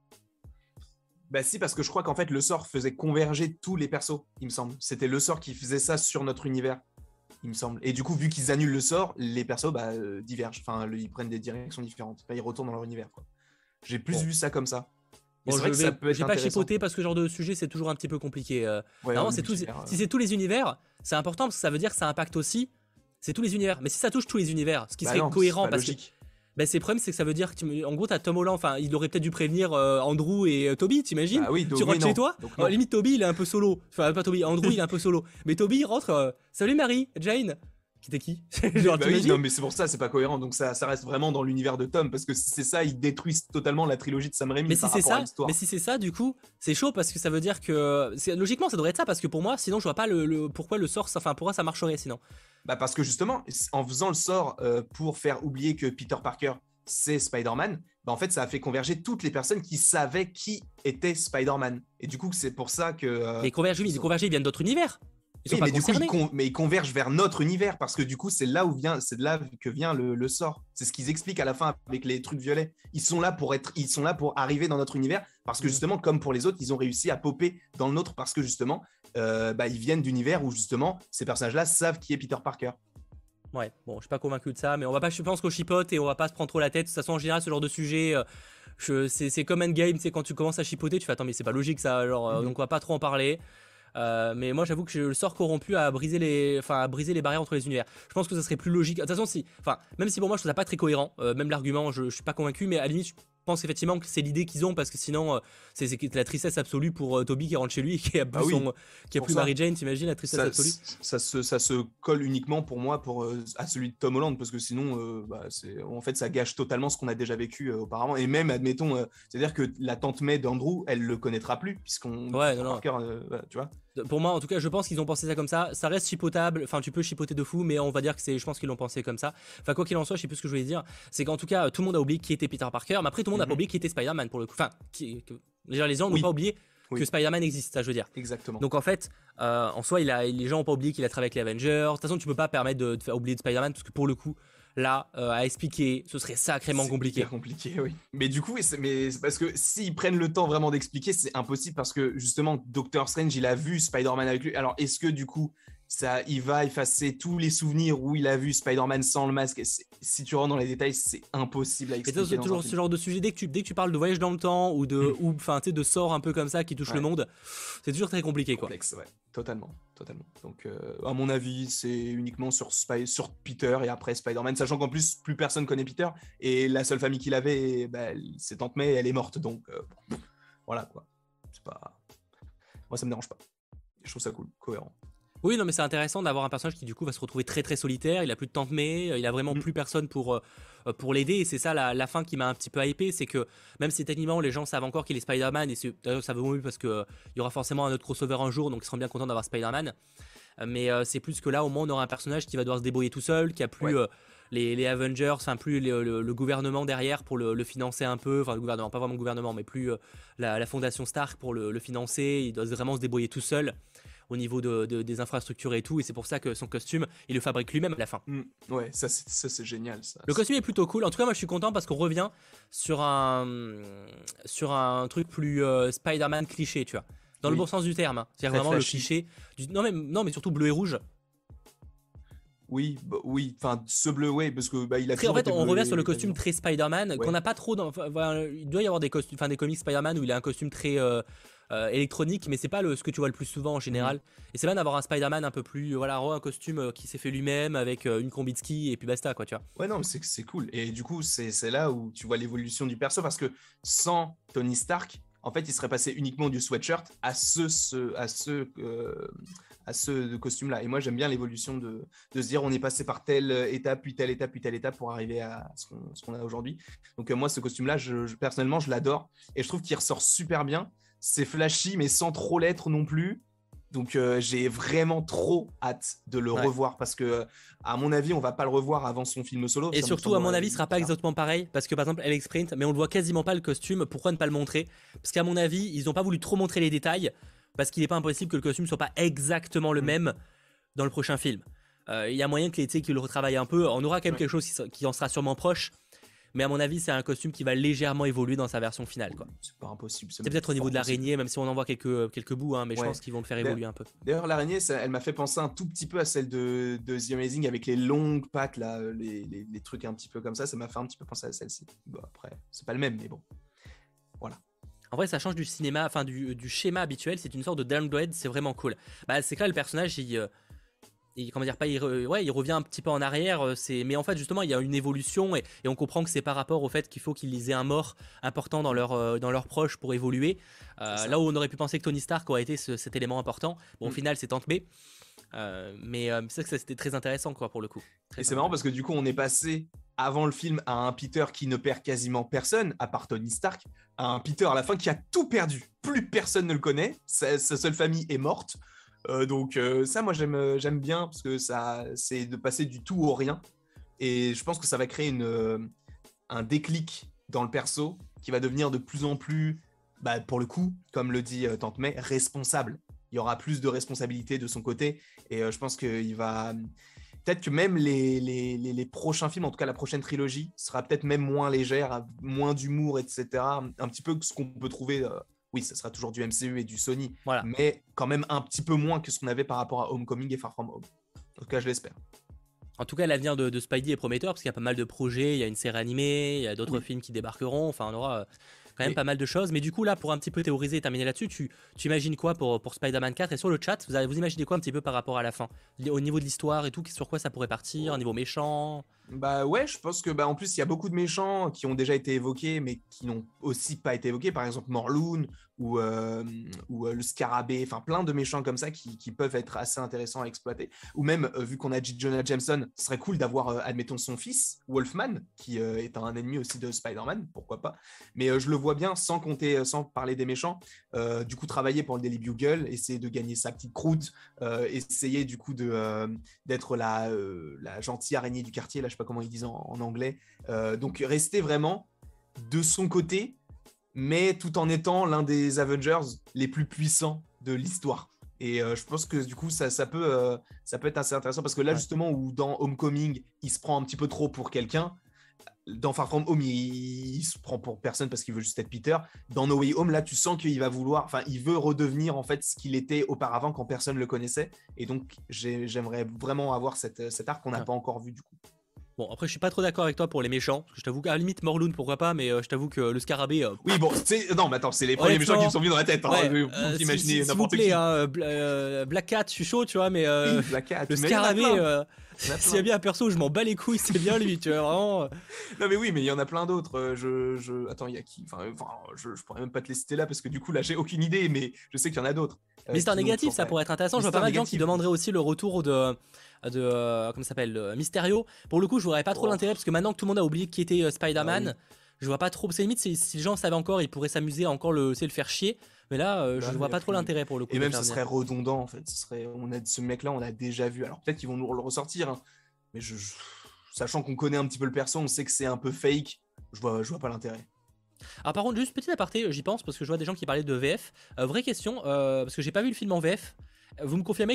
B: Bah si, parce que je crois qu'en fait le sort faisait converger tous les persos, il me semble. C'était le sort qui faisait ça sur notre univers, il me semble. Et du coup, vu qu'ils annulent le sort, les persos divergent. Enfin, ils prennent des directions différentes. Enfin, ils retournent dans leur univers, quoi. J'ai plus vu ça comme ça. Mais
A: Bon,
B: c'est vrai que ça peut être
A: j'ai pas
B: intéressant.
A: chipoté parce que ce genre de sujet c'est toujours un petit peu compliqué.
B: Ouais,
A: Normalement,
B: multivers,
A: si c'est tous les univers, c'est important parce que ça veut dire que ça impacte aussi. C'est tous les univers. Mais si ça touche tous les univers, ce qui serait
B: non,
A: cohérent,
B: c'est pas
A: parce que
B: logique.
A: le problème c'est que ça veut dire que en gros t'as Tom Holland, enfin il aurait peut-être dû prévenir Andrew et Toby, t'imagines?
B: Bah oui,
A: Tu rentres chez toi,
B: Donc, non.
A: limite Toby il est un peu solo, enfin pas Toby, Andrew il est un peu solo, mais Toby il rentre, salut Marie, Jane, qui t'es qui? Genre,
B: Bah oui,
A: t'imagines?
B: non, mais c'est pour ça, c'est pas cohérent. Donc ça reste vraiment dans l'univers de Tom, parce que si c'est ça, ils détruisent totalement la trilogie de Sam Raimi
A: Mais si
B: par
A: c'est
B: rapport à
A: ça,
B: l'histoire.
A: mais si c'est ça, du coup, c'est chaud parce que ça veut dire que logiquement ça devrait être ça, parce que pour moi, sinon je vois pas pourquoi le sort, enfin pourquoi ça marcherait sinon.
B: Bah parce que justement, en faisant le sort pour faire oublier que Peter Parker c'est Spider-Man, bah en fait ça a fait converger toutes les personnes qui savaient qui était Spider-Man. Et du coup c'est pour ça que...
A: Les convergés, ils viennent d'autres univers. Ils sont
B: Oui,
A: pas
B: mais du coup,
A: concernés.
B: mais ils convergent vers notre univers parce que du coup, c'est de là que vient le sort. C'est ce qu'ils expliquent à la fin avec les trucs violets. Ils sont là pour arriver dans notre univers parce que
A: Mhm.
B: justement, comme pour les autres, ils ont réussi à popper dans le nôtre parce que justement, ils viennent d'univers où justement ces personnages-là savent qui est Peter Parker.
A: Ouais, bon, je suis pas convaincu de ça, mais on va pas, je pense qu'on chipote et on va pas se prendre trop la tête. De toute façon, en général, ce genre de sujet, c'est comme Endgame, c'est quand tu commences à chipoter, tu fais attends, mais c'est pas logique ça, genre,
B: Mhm.
A: donc on va pas trop en parler. Mais moi, j'avoue que le sort corrompu a brisé les barrières entre les univers. Je pense que ça serait plus logique. De toute façon, si, enfin, même si pour moi, je trouve ça pas très cohérent, même l'argument, je suis pas convaincu, mais à la limite, je pense effectivement que c'est l'idée qu'ils ont parce que sinon, c'est la tristesse absolue pour Toby qui rentre chez lui et
B: Bah oui,
A: qui a
B: pour
A: plus Mary
B: ça.
A: Jane, t'imagines la tristesse absolue.
B: Ça se colle uniquement pour moi à celui de Tom Holland parce que sinon en fait ça gâche totalement ce qu'on a déjà vécu auparavant et même admettons c'est-à-dire que la tante May d'Andrew elle le connaîtra plus puisqu'on
A: Ouais,
B: Peter
A: non, non.
B: Parker voilà, tu vois.
A: Pour moi, en tout cas, je pense qu'ils ont pensé ça comme ça. Ça reste chipotable. Enfin, tu peux chipoter de fou, mais on va dire que je pense qu'ils l'ont pensé comme ça. Enfin, quoi qu'il en soit, je sais plus ce que je voulais dire. C'est qu'en tout cas, tout le monde a oublié qui était Peter Parker, mais après, tout le monde n'a pas
B: Mhm.
A: oublié qui était Spider-Man pour le coup. Enfin, déjà, les gens n'ont pas
B: Oui,
A: oublié que
B: oui,
A: Spider-Man existe, ça, je veux dire.
B: exactement.
A: Donc, en fait, en soi, les gens n'ont pas oublié qu'il a travaillé avec les Avengers. De toute façon, tu peux pas permettre de faire oublier de Spider-Man parce que pour le coup, là, à expliquer, ce serait sacrément
B: C'est
A: compliqué.
B: hyper compliqué, oui. Mais du coup, c'est parce que s'ils prennent le temps vraiment d'expliquer, c'est impossible parce que justement, Doctor Strange, il a vu Spider-Man avec lui. Alors, est-ce que du coup, il va effacer tous les souvenirs où il a vu Spider-Man sans le masque? Si tu rentres dans les détails, c'est impossible à
A: Et c'est
B: expliquer dans un
A: toujours ce
B: film.
A: genre de sujet, dès que tu parles de voyage dans le temps ou enfin, tu sais, de sorts un peu comme ça qui touchent le
B: Ouais.
A: monde, c'est toujours très compliqué, quoi.
B: Complexe, ouais, totalement, totalement. Donc, à mon avis, c'est uniquement sur Peter et après Spider-Man, sachant qu'en plus personne connaît Peter et la seule famille qu'il avait, c'est Tante May, elle est morte, donc voilà quoi. C'est pas, moi ça me dérange pas. Je trouve ça cool, cohérent.
A: Oui, non, mais c'est intéressant d'avoir un personnage qui du coup va se retrouver très très solitaire. Il a plus de tante May, il a vraiment
B: Mm.
A: plus personne pour l'aider. Et c'est ça la fin qui m'a un petit peu hypé, c'est que même si techniquement les gens savent encore qu'il est Spider-Man, et d'ailleurs ça vaut mieux parce que il y aura forcément un autre crossover un jour, donc ils seront bien contents d'avoir Spider-Man. Mais c'est plus que là au moins on aura un personnage qui va devoir se débrouiller tout seul, qui a plus
B: Ouais.
A: les Avengers, enfin plus le gouvernement derrière pour le financer un peu, enfin le gouvernement, pas vraiment le gouvernement, mais plus la fondation Stark pour le financer. Il doit vraiment se débrouiller tout seul au niveau des infrastructures et tout, et c'est pour ça que son costume, il le fabrique lui-même à la fin.
B: Mm. Ouais, ça c'est génial. Ça.
A: Le costume est plutôt cool. En tout cas, moi, je suis content parce qu'on revient sur un truc plus Spider-Man cliché, tu vois. Dans le bon
B: Oui,
A: sens du terme, hein. C'est-à-dire
B: très
A: vraiment le
B: flashy.
A: cliché. Non, mais surtout bleu et rouge.
B: Oui, oui, enfin ce bleu, ouais, parce que il a
A: En
B: toujours
A: fait,
B: été
A: on
B: bleu
A: revient sur le
B: et
A: costume
B: vivant.
A: très Spider-Man qu'on
B: Ouais.
A: n'a pas trop dans. Enfin, voilà, il doit y avoir des costumes, enfin des comics Spider-Man où il a un costume très électronique, mais c'est pas ce que tu vois le plus souvent en
B: Mhm.
A: général. Et c'est bien d'avoir un Spider-Man un peu plus, voilà, un costume qui s'est fait lui-même avec une combi de ski et puis basta, quoi, tu vois.
B: Ouais, non, mais c'est cool. Et du coup, c'est là où tu vois l'évolution du perso parce que sans Tony Stark, en fait, il serait passé uniquement du sweatshirt à ce costume-là. Et moi, j'aime bien l'évolution de se dire on est passé par telle étape, puis telle étape, puis telle étape pour arriver à ce qu'on a aujourd'hui. Donc, moi, ce costume-là, personnellement, je l'adore. Et je trouve qu'il ressort super bien. C'est flashy, mais sans trop l'être non plus. Donc j'ai vraiment trop hâte de le
A: Ouais.
B: revoir parce que à mon avis on va pas le revoir avant son film solo.
A: Et surtout, à mon avis, il sera pas
B: bizarre.
A: exactement pareil parce que par exemple, Alex Sprint, mais on le voit quasiment pas le costume. Pourquoi ne pas le montrer? Parce qu'à mon avis, ils ont pas voulu trop montrer les détails parce qu'il est pas impossible que le costume soit pas exactement le
B: Mm.
A: même dans le prochain film. Il y a moyen qu'ils le retravaillent un peu. On aura quand même
B: Ouais.
A: quelque chose qui en sera sûrement proche. Mais à mon avis, c'est un costume qui va légèrement évoluer dans sa version finale, quoi.
B: C'est pas impossible.
A: C'est peut-être au niveau de l'araignée, même si on en voit quelques bouts, hein, mais je
B: Ouais.
A: pense qu'ils vont le faire évoluer un peu.
B: D'ailleurs l'araignée, elle m'a fait penser un tout petit peu à celle de The Amazing avec les longues pattes là, les trucs un petit peu comme ça. Ça m'a fait un petit peu penser à celle-ci. Bon, après, c'est pas le même, mais bon. Voilà.
A: En vrai, ça change du cinéma, enfin du schéma habituel. C'est une sorte de downgrade, c'est vraiment cool. Bah, c'est que là, le personnage, comment dire, pas, ouais, il revient un petit peu en arrière. Mais en fait, justement, il y a une évolution et on comprend que c'est par rapport au fait qu'il faut qu'ils aient un mort important dans leurs proches pour évoluer.
B: C'est ça.
A: Là où on aurait pu penser que Tony Stark aurait été cet élément important. Bon, au
B: Mm.
A: final, c'est Tante May. Mais c'est vrai que c'était très intéressant, quoi, pour le coup.
B: Et c'est marrant parce que du coup, on est passé avant le film à un Peter qui ne perd quasiment personne, à part Tony Stark, à un Peter à la fin qui a tout perdu. Plus personne ne le connaît, sa seule famille est morte. Donc ça, moi, j'aime bien parce que c'est de passer du tout au rien. Et je pense que ça va créer un déclic dans le perso qui va devenir de plus en plus, pour le coup, comme le dit Tante May, responsable. il y aura plus de responsabilités de son côté. Et je pense qu'il va. Peut-être que même les prochains films, en tout cas la prochaine trilogie, sera peut-être même moins légère, moins d'humour, etc. Un petit peu ce qu'on peut trouver. Oui, ça sera toujours du MCU et du Sony,
A: Voilà.
B: mais quand même un petit peu moins que ce qu'on avait par rapport à Homecoming et Far From Home. En tout cas, je l'espère.
A: En tout cas, l'avenir de Spidey est prometteur parce qu'il y a pas mal de projets, il y a une série animée, il y a d'autres
B: Oui.
A: films qui débarqueront, enfin on aura quand même
B: Et
A: pas mal de choses. Mais du coup là, pour un petit peu théoriser et terminer là-dessus, tu imagines quoi pour Spider-Man 4? Et sur le chat, vous imaginez quoi un petit peu par rapport à la fin? Au niveau de l'histoire et tout, sur quoi ça pourrait partir? Un niveau méchant?
B: bah ouais, je pense que en plus il y a beaucoup de méchants qui ont déjà été évoqués, mais qui n'ont aussi pas été évoqués. Par exemple Morlun ou le Scarabée, enfin plein de méchants comme ça qui peuvent être assez intéressants à exploiter. Ou même vu qu'on a J. Jonah Jameson, ce serait cool d'avoir admettons son fils Wolfman, qui est un ennemi aussi de Spider-Man, pourquoi pas. Mais je le vois bien sans compter, sans parler des méchants. Du coup travailler pour le Daily Bugle, essayer de gagner sa petite croûte, essayer du coup d'être la gentille araignée du quartier, là je sais pas comment ils disent en anglais. Donc rester vraiment de son côté, mais tout en étant l'un des Avengers les plus puissants de l'histoire. Et je pense que du coup ça peut être assez intéressant parce que là
A: Ouais.
B: justement où dans Homecoming il se prend un petit peu trop pour quelqu'un, dans Far From Home, il se prend pour personne parce qu'il veut juste être Peter. Dans No Way Home, là, tu sens qu'il va vouloir, enfin, il veut redevenir en fait ce qu'il était auparavant quand personne le connaissait. Et donc, j'aimerais vraiment avoir cet arc qu'on n'a
A: Ouais.
B: pas encore vu du coup.
A: Bon, après, je suis pas trop d'accord avec toi pour les méchants. Parce que je t'avoue qu'à la limite, Morlun, pourquoi pas, mais je t'avoue que le Scarabée.
B: Oui, bon, non, mais attends, c'est les premiers méchants qui me sont venus dans la tête. Hein.
A: Ouais,
B: Vous imaginez
A: s'il vous
B: n'importe
A: plaît,
B: qui.
A: hein, Black Cat, je suis chaud, tu vois, mais
B: Oui, Black Cat,
A: le
B: mais il y en a
A: Scarabée,
B: plein. Il y en a
A: s'il y a
B: plein.
A: bien un perso, je m'en bats les couilles, c'est bien lui, tu vois, vraiment.
B: Non, mais oui, mais il y en a plein d'autres. Attends, il y a qui je pourrais même pas te les citer là parce que du coup, là, j'ai aucune idée, mais je sais qu'il y en a d'autres.
A: Mister
B: Qui n'ont
A: Négatif,
B: toujours
A: ça
B: pas.
A: pourrait être intéressant. Je vois
B: Mister
A: pas mal de gens qui
B: Négatif.
A: demanderaient aussi le retour de comment ça s'appelle, Mysterio. Pour le coup, je vois pas trop
B: Oh.
A: l'intérêt parce que maintenant que tout le monde a oublié qui était Spider-Man,
B: Bah oui.
A: je vois pas trop. C'est limite si les gens savaient encore, ils pourraient s'amuser à encore le faire chier. Mais là, je
B: Bah,
A: vois pas trop l'intérêt pour le coup
B: et
A: de
B: même
A: faire
B: ce
A: venir.
B: serait redondant en fait. Ce mec-là, on l'a déjà vu. Alors peut-être qu'ils vont nous le ressortir, hein. Mais sachant qu'on connaît un petit peu le perso, on sait que c'est un peu fake. Je vois pas l'intérêt.
A: Alors par contre, juste petit aparté, j'y pense parce que je vois des gens qui parlaient de VF. Vraie question, parce que j'ai pas vu le film en VF. Vous me confirmez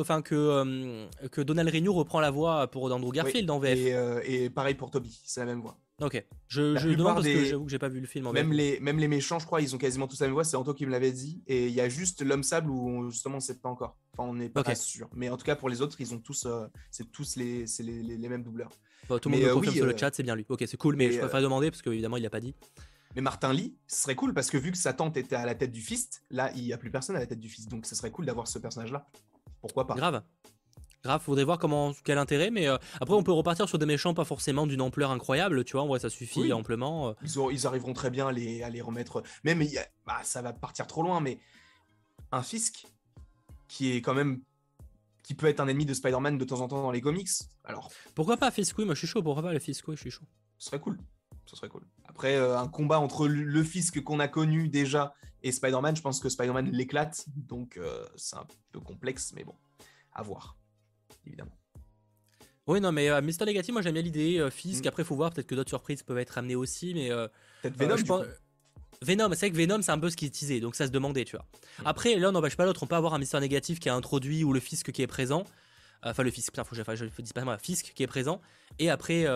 A: que Donald Renew reprend la voix pour Andrew Garfield
B: Oui.
A: en VF?
B: Et pareil pour Toby, c'est la même voix.
A: Ok.
B: La
A: Je demande
B: plupart
A: parce que
B: des,
A: j'avoue que j'ai pas vu le film en VF.
B: même les méchants, je crois, ils ont quasiment tous la même voix. C'est Anto qui me l'avait dit. Et il y a juste l'homme sable où justement on sait pas encore. Enfin, on n'est pas
A: Ok.
B: sûr. Mais en tout cas, pour les autres, ils ont tous, c'est tous les mêmes doubleurs.
A: Bon, tout le monde
B: Mais
A: me confirme
B: oui,
A: sur le chat, c'est bien lui. Ok, c'est cool, mais je
B: mais
A: préfère demander parce qu'évidemment il l'a pas dit.
B: Mais Martin Lee, ce serait cool parce que vu que sa tante était à la tête du Fist, là, il n'y a plus personne à la tête du Fist. Donc, ce serait cool d'avoir ce personnage-là. Pourquoi pas?
A: Grave. Grave, faudrait voir quel intérêt, mais après on peut repartir sur des méchants pas forcément d'une ampleur incroyable, tu vois, en vrai ça suffit
B: Oui.
A: amplement.
B: Ils arriveront très bien à les remettre. Même, ça va partir trop loin, mais un Fisk qui est quand même. Qui peut être un ennemi de Spider-Man de temps en temps dans les comics. Alors,
A: Pourquoi pas Fiskouille, moi je suis chaud, pourquoi pas le Fiskouille, je suis chaud.
B: ce serait cool. Ce serait cool. Après, un combat entre le Fisk qu'on a connu déjà et Spider-Man, je pense que Spider-Man l'éclate. Donc, c'est un peu complexe, mais bon, à voir, évidemment.
A: Oui, non, mais Mister Negative, moi j'aime bien l'idée. Fisk,
B: Mm.
A: après faut voir, peut-être que d'autres surprises peuvent être amenées aussi, mais
B: Peut-être Venom,
A: je
B: du
A: pense.
B: coup.
A: Venom, c'est vrai que Venom c'est un peu ce qui est teasé, donc ça se demandait, tu vois.
B: Mm.
A: Après, là on n'empêche pas l'autre, on peut avoir un Mister Négatif qui est introduit ou le Fisk qui est présent. Enfin, le Fisk, putain, faut que je dis pas moi, Fisk qui est présent. Et après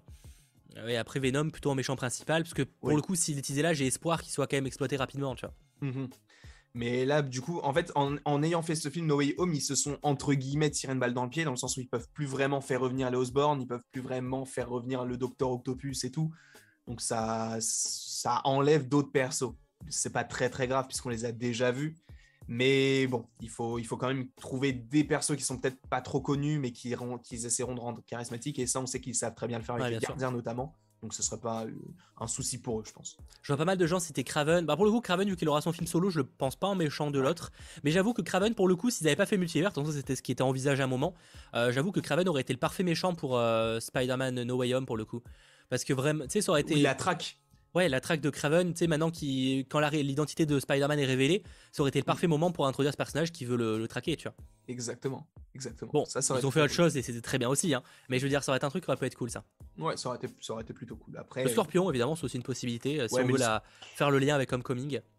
A: Venom plutôt en méchant principal, parce que pour
B: Oui.
A: le coup, s'il est teasé là, j'ai espoir qu'il soit quand même exploité rapidement, tu vois.
B: Mhm. Mais là, du coup, en fait, en ayant fait ce film No Way Home, ils se sont entre guillemets tiré une balle dans le pied, dans le sens où ils peuvent plus vraiment faire revenir les Osborn, ils peuvent plus vraiment faire revenir le Docteur Octopus et tout. Donc ça enlève d'autres persos. C'est pas très très grave puisqu'on les a déjà vus. Mais bon, il faut quand même trouver des persos qui sont peut-être pas trop connus, mais qui essaieront de rendre charismatiques. Et ça, on sait qu'ils savent très bien le faire avec
A: Ouais,
B: les
A: bien sûr.
B: gardiens notamment. Donc ce serait pas un souci pour eux, je pense.
A: Je vois pas mal de gens citer Kraven. Bah pour le coup, Kraven, vu qu'il aura son film solo, je le pense pas en méchant de l'autre. Mais j'avoue que Kraven, pour le coup, s'ils avaient pas fait multivers, de toute façon c'était ce qui était envisagé à un moment, j'avoue que Kraven aurait été le parfait méchant pour Spider-Man No Way Home pour le coup. Parce que vraiment, tu sais, ça aurait été.
B: Oui, la traque.
A: Ouais, la traque de Kraven, tu sais, maintenant quand l'identité de Spider-Man est révélée, ça aurait été le parfait moment pour introduire ce personnage qui veut le traquer, tu vois.
B: Exactement. Exactement.
A: Bon,
B: Ça
A: ils
B: aurait
A: ont
B: été
A: fait autre
B: cool.
A: chose et c'était très bien aussi, hein. Mais je veux dire, ça aurait été un truc qui aurait pu être cool, ça.
B: Ouais, ça aurait été plutôt cool. Après,
A: Le Scorpion, évidemment, c'est aussi une possibilité si
B: ouais,
A: on
B: mais
A: veut faire le lien avec Homecoming.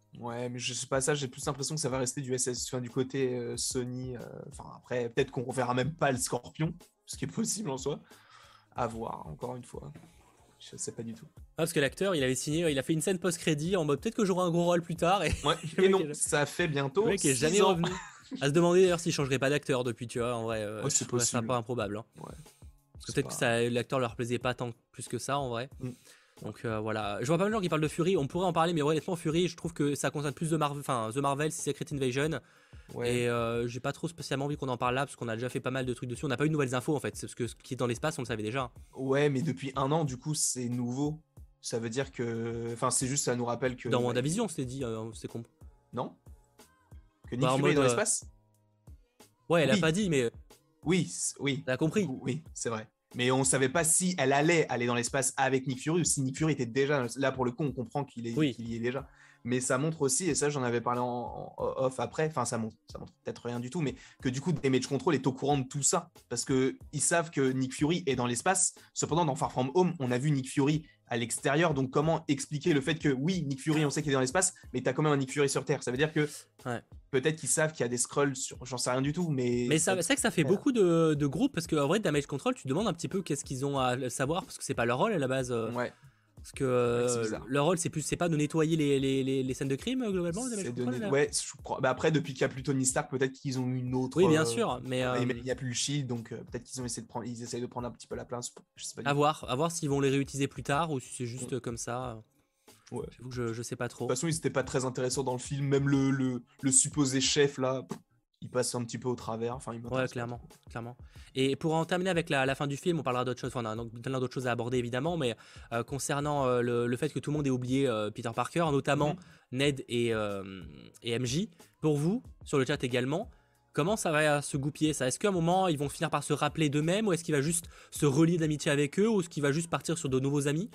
B: Ouais, mais je sais pas ça, j'ai plus l'impression que ça va rester du SS, enfin, du côté Sony. Enfin, après, peut-être qu'on reverra même pas le Scorpion, ce qui est possible en soi. À voir, encore une fois. Je sais pas du tout.
A: Ah, parce que l'acteur, il avait signé, il a fait une scène post-crédit en mode peut-être que j'aurai un gros rôle plus tard, et
B: Ouais,
A: le
B: et
A: mec,
B: non, ça fait
A: le
B: bientôt
A: mec est jamais
B: 6 ans.
A: revenu. À se demander d'ailleurs s'il changerait pas d'acteur depuis, tu vois, en vrai,
B: Ouais,
A: je
B: c'est
A: trouve ça
B: possible.
A: pas improbable. Hein.
B: Ouais,
A: Parce que
B: c'est
A: peut-être que
B: pas.
A: l'acteur leur plaisait pas tant plus que ça, en vrai.
B: Mm.
A: Donc voilà, je vois pas mal de gens qui parlent de Fury, on pourrait en parler, mais honnêtement, Fury, je trouve que ça concerne plus The Marvel, Secret Invasion,
B: Ouais.
A: et j'ai pas trop spécialement envie qu'on en parle là, parce qu'on a déjà fait pas mal de trucs dessus, on n'a pas eu de nouvelles infos en fait, c'est parce que ce qui est dans l'espace, on le savait déjà.
B: Ouais, mais depuis un an, du coup, c'est nouveau. Ça veut dire que. Enfin, c'est juste, ça nous rappelle que.
A: Dans
B: Bah,
A: WandaVision, c'était dit, c'est con.
B: Non? Que Nick
A: Bah, en
B: Fury est
A: mode,
B: dans l'espace?
A: ouais, elle a
B: Oui,
A: pas dit, mais
B: oui, oui.
A: elle a
B: Du
A: compris.
B: coup, oui, c'est vrai. Mais on savait pas si elle allait aller dans l'espace avec Nick Fury ou si Nick Fury était déjà. Là, pour le coup, on comprend
A: Oui,
B: qu'il y est déjà. Mais ça montre aussi, et ça, j'en avais parlé en off après. Enfin, ça montre peut-être rien du tout, mais que du coup, Damage Control est au courant de tout ça. Parce qu'ils savent que Nick Fury est dans l'espace. Cependant, dans Far From Home, on a vu Nick Fury à l'extérieur. Donc, comment expliquer le fait que oui, Nick Fury, on sait qu'il est dans l'espace, mais tu as quand même un Nick Fury sur Terre. Ça veut dire que
A: ouais.
B: peut-être qu'ils savent qu'il y a des scrolls sur. J'en sais rien du tout, mais.
A: Mais c'est vrai que ça fait beaucoup de groupes, parce qu'en vrai, Damage Control, tu te demandes un petit peu qu'est-ce qu'ils ont à savoir, parce que c'est pas leur rôle à la base.
B: Ouais,
A: Parce que
B: ouais, c'est bizarre.
A: leur rôle, c'est pas de nettoyer les scènes de crime, globalement, le Damage
B: C'est
A: Control
B: donné.
A: là.
B: Ouais, je crois. Bah après, depuis qu'il n'y a plus Tony Stark, peut-être qu'ils ont eu une autre.
A: Oui, bien sûr, mais
B: Il n'y a plus le Shield, donc peut-être qu'ils ont essayé de prendre. Ils essayent de prendre un petit peu la place. Je sais pas du
A: à
B: tout.
A: voir s'ils vont les réutiliser plus tard, ou si c'est juste comme ça.
B: Ouais.
A: J'avoue que je sais pas
B: De
A: trop.
B: toute façon, ils n'étaient pas très intéressants dans le film. Même le supposé chef, là, il passe un petit peu au travers. Enfin, il
A: Ouais,
B: m'intéresse pas
A: clairement,
B: trop.
A: clairement. Et pour en terminer avec la fin du film, on parlera d'autres choses, enfin, on a donc plein d'autres choses à aborder évidemment, mais concernant le fait que tout le monde ait oublié Peter Parker, notamment
B: Mhm.
A: Ned et MJ, pour vous, sur le chat également, comment ça va se goupiller ça? Est-ce qu'à un moment, ils vont finir par se rappeler d'eux-mêmes, ou est-ce qu'il va juste se relier d'amitié avec eux, ou est-ce qu'il va juste partir sur de nouveaux amis?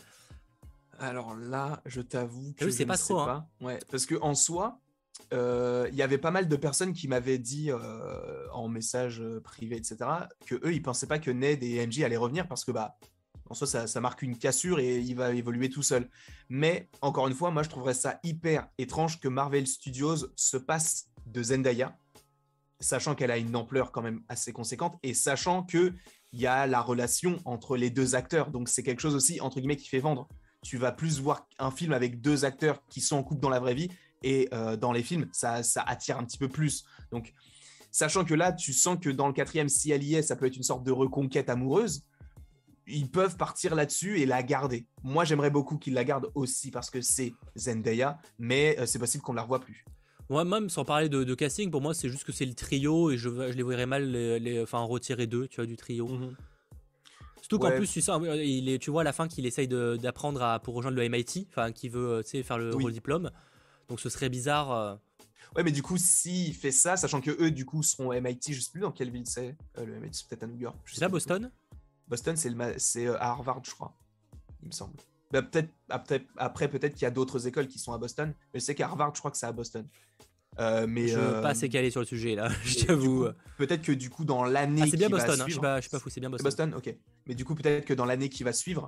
B: Alors là, je t'avoue
A: Je
B: que je
A: sais
B: ne
A: pas
B: sais
A: trop, hein.
B: pas. Ouais, parce que en soi, il y avait pas mal de personnes qui m'avaient dit en message privé, etc., que eux, ils pensaient pas que Ned et MJ allaient revenir parce que bah, en soi, ça marque une cassure et il va évoluer tout seul. Mais encore une fois, moi, je trouverais ça hyper étrange que Marvel Studios se passe de Zendaya, sachant qu'elle a une ampleur quand même assez conséquente et sachant que il y a la relation entre les deux acteurs. Donc c'est quelque chose aussi entre guillemets qui fait vendre. Tu vas plus voir un film avec deux acteurs qui sont en couple dans la vraie vie et dans les films, ça attire un petit peu plus. Donc sachant que là, tu sens que dans le quatrième, si elle y est, ça peut être une sorte de reconquête amoureuse. Ils peuvent partir là-dessus et la garder. Moi, j'aimerais beaucoup qu'ils la gardent aussi parce que c'est Zendaya, mais c'est possible qu'on ne la revoie plus.
A: Moi, même sans parler de casting, pour moi, c'est juste que c'est le trio, et je les verrais mal enfin, retirer deux, tu vois, du trio.
B: Mhm.
A: Surtout qu'en
B: Ouais,
A: plus, tu vois à la fin qu'il essaye d'apprendre pour rejoindre le MIT, enfin, qui veut faire le
B: oui.
A: rediplôme. Donc ce serait bizarre.
B: Ouais, mais du coup, s'il fait ça, sachant que eux, du coup, seront au MIT, je sais plus dans quelle ville c'est. Le MIT, c'est peut-être à New York. Je
A: C'est
B: sais
A: ça,
B: pas du tout.
A: Boston?
B: Boston, c'est à Harvard, je crois, il me semble. Bah, peut-être après, peut-être qu'il y a d'autres écoles qui sont à Boston, mais je sais qu'à Harvard, je crois que c'est à Boston. Mais
A: Je suis pas assez calé sur le sujet là, je
B: du
A: t'avoue.
B: coup, peut-être que du coup, dans
A: Ah,
B: l'année
A: c'est bien
B: qui va
A: Boston, hein.
B: suivre,
A: Je sais pas fou, c'est bien
B: c'est
A: Boston.
B: Boston, ok. Mais du coup, peut-être que dans l'année qui va suivre,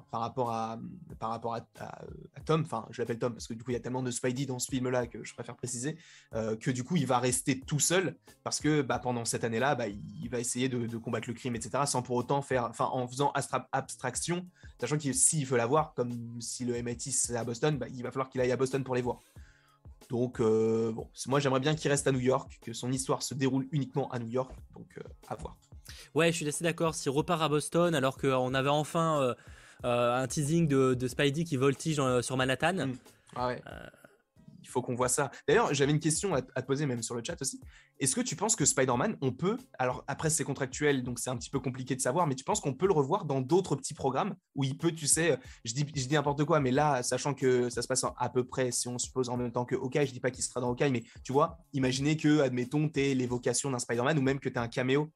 B: par rapport à Tom, enfin, je l'appelle Tom parce que du coup, il y a tellement de Spidey dans ce film-là que je préfère préciser, que du coup, il va rester tout seul parce que bah, pendant cette année-là, bah, il va essayer de combattre le crime, etc., sans pour autant faire, enfin, en faisant abstraction, sachant que s'il veut la voir, comme si le MIT c'est à Boston, bah, il va falloir qu'il aille à Boston pour les voir. Donc, bon, moi j'aimerais bien qu'il reste à New York, que son histoire se déroule uniquement à New York, donc à voir.
A: Ouais, je suis assez d'accord. S'il repart à Boston, alors qu'on avait enfin un teasing de Spidey qui voltige sur Manhattan.
B: Ah ouais. Il faut qu'on voit ça. D'ailleurs, j'avais une question à te poser même sur le chat aussi. Est-ce que tu penses que Spider-Man, on peut, alors après c'est contractuel, donc c'est un petit peu compliqué de savoir, mais tu penses qu'on peut le revoir dans d'autres petits programmes où il peut, tu sais, je dis n'importe quoi, mais là, sachant que ça se passe à peu près, si on suppose en même temps que Hawkeye, je dis pas qu'il sera dans Hawkeye, mais tu vois, imaginez que, admettons, tu aies l'évocation d'un Spider-Man ou même que tu as un caméo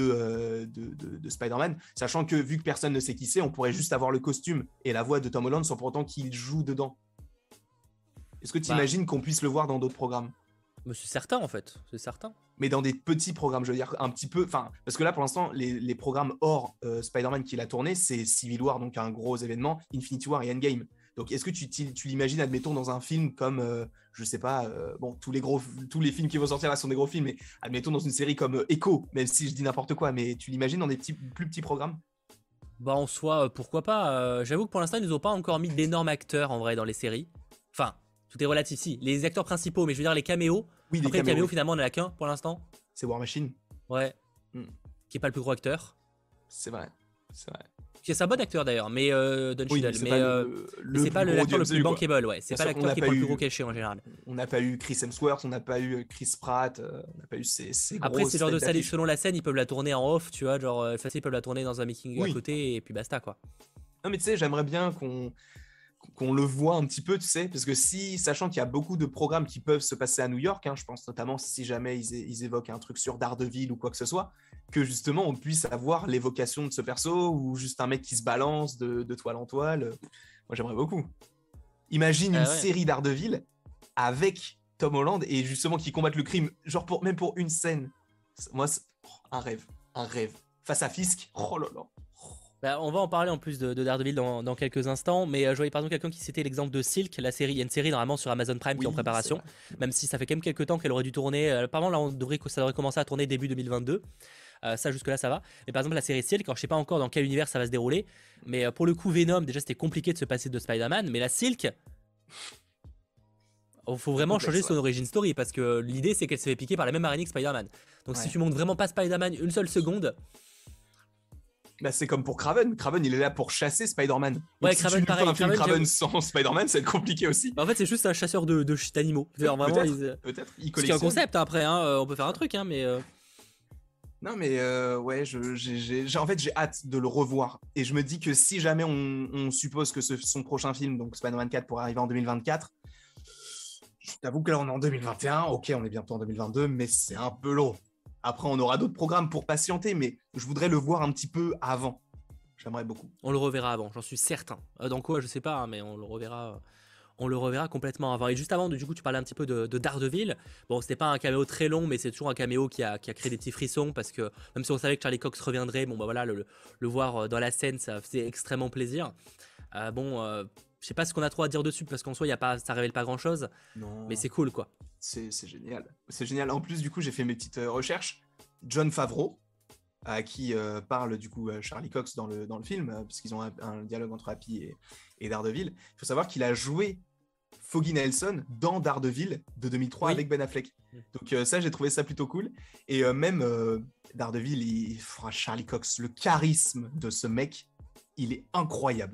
B: de Spider-Man, sachant que vu que personne ne sait qui c'est, on pourrait juste avoir le costume et la voix de Tom Holland sans pour autant qu'il joue dedans. Est-ce que tu
A: Bah,
B: imagines qu'on puisse le voir dans d'autres programmes?
A: mais c'est certain en fait, c'est certain.
B: Mais dans des petits programmes, je veux dire, un petit peu. Enfin, parce que là, pour l'instant, les programmes hors Spider-Man qu'il a tourné, c'est Civil War, donc un gros événement, Infinity War et Endgame. Donc, est-ce que tu l'imagines, admettons, dans un film comme, je sais pas, bon, tous les films qui vont sortir là sont des gros films, mais admettons dans une série comme Echo, même si je dis n'importe quoi, mais tu l'imagines dans des plus petits programmes?
A: Bah en soi, pourquoi pas. J'avoue que pour l'instant, ils nous ont pas encore mis d'énormes acteurs en vrai dans les séries. Enfin, tout est relatif, si. Les acteurs principaux, mais je veux dire les caméos.
B: Oui,
A: Après, les caméos,
B: oui.
A: finalement, on en a qu'un pour l'instant.
B: C'est War Machine.
A: Ouais.
B: Mm.
A: Qui est pas le plus gros acteur.
B: C'est vrai. C'est vrai.
A: C'est un bon acteur d'ailleurs, mais Don
B: Oui,
A: Cheadle.
B: c'est
A: mais
B: pas
A: c'est pas l'acteur le plus bankable, ouais. C'est
B: Bien
A: pas
B: sûr qu'on
A: l'acteur
B: n'a
A: qui
B: pas
A: prend le
B: eu-
A: plus gros cachet en général.
B: On n'a pas eu Chris Hemsworth, on n'a pas eu Chris Pratt, on n'a pas eu ces
A: Après,
B: grosses
A: c'est le genre de
B: têtes
A: salle,
B: d'affiche.
A: selon la scène, ils peuvent la tourner en off, tu vois. Genre, facile, ils peuvent la tourner dans un meeting à
B: Oui.
A: côté et puis basta, quoi.
B: Non, mais tu sais, j'aimerais bien qu'on le voit un petit peu, tu sais, parce que sachant qu'il y a beaucoup de programmes qui peuvent se passer à New York, hein, je pense notamment si jamais ils évoquent un truc sur Daredevil ou quoi que ce soit, que justement on puisse avoir l'évocation de ce perso ou juste un mec qui se balance de toile en toile. Moi, j'aimerais beaucoup. Imagine une
A: Ouais.
B: série Daredevil avec Tom Holland et justement qui combattent le crime, genre même pour une scène. Moi, c'est un rêve, un rêve. Face à Fisk, oh là là.
A: Bah, on va en parler en plus de Daredevil dans quelques instants, mais je voyais par exemple quelqu'un qui citait l'exemple de Silk, la série. Il y a une série normalement sur Amazon Prime qui est en préparation, même si ça fait quand même quelques temps qu'elle aurait dû tourner. Apparemment, là, ça devrait commencer à tourner début 2022. Ça, jusque-là, ça va. Mais par exemple, la série Silk, alors je sais pas encore dans quel univers ça va se dérouler, mais pour le coup, Venom, déjà c'était compliqué de se passer de Spider-Man, mais la Silk, il faut vraiment changer son origin story parce que l'idée c'est qu'elle se fait piquer par la même araignée que Spider-Man. Donc si tu montres vraiment pas Spider-Man une seule seconde.
B: Bah, c'est comme pour Kraven. Kraven, il est là pour chasser Spider-Man.
A: Ouais,
B: si
A: Kraven,
B: tu
A: pareil.
B: fais un film Kraven sans Spider-Man, ça va être compliqué aussi.
A: En fait, c'est juste un chasseur d'animaux. Vraiment,
B: peut-être.
A: Ce qui est un concept après, hein, on peut faire un truc, hein, mais.
B: Non, mais ouais, en fait, j'ai hâte de le revoir. Et je me dis que si jamais on suppose que son prochain film, donc Spider-Man 4, pourrait arriver en 2024, je t'avoue que là, on est en 2021. Ok, on est bientôt en 2022, mais c'est un peu long. Après, on aura d'autres programmes pour patienter, mais je voudrais le voir un petit peu avant. J'aimerais beaucoup.
A: On le reverra avant, j'en suis certain. Dans quoi, je sais pas, hein, mais on le reverra. On le reverra complètement avant. Et juste avant, du coup, tu parlais un petit peu de Daredevil. Bon, c'était pas un caméo très long, mais c'est toujours un caméo qui a créé des petits frissons parce que même si on savait que Charlie Cox reviendrait, bon, bah voilà, le voir dans la scène, ça faisait extrêmement plaisir. Je sais pas ce qu'on a trop à dire dessus parce qu'en soi, ça révèle pas grand chose.
B: Non.
A: Mais c'est cool, quoi.
B: C'est génial. C'est génial. En plus, du coup, j'ai fait mes petites recherches. Jon Favreau, à qui parle du coup Charlie Cox dans le film, parce qu'ils ont un dialogue entre Happy et Daredevil. Il faut savoir qu'il a joué Foggy Nelson dans Daredevil de 2003 avec Ben Affleck. Donc ça, j'ai trouvé ça plutôt cool. Et même Daredevil, Charlie Cox, le charisme de ce mec, il est incroyable.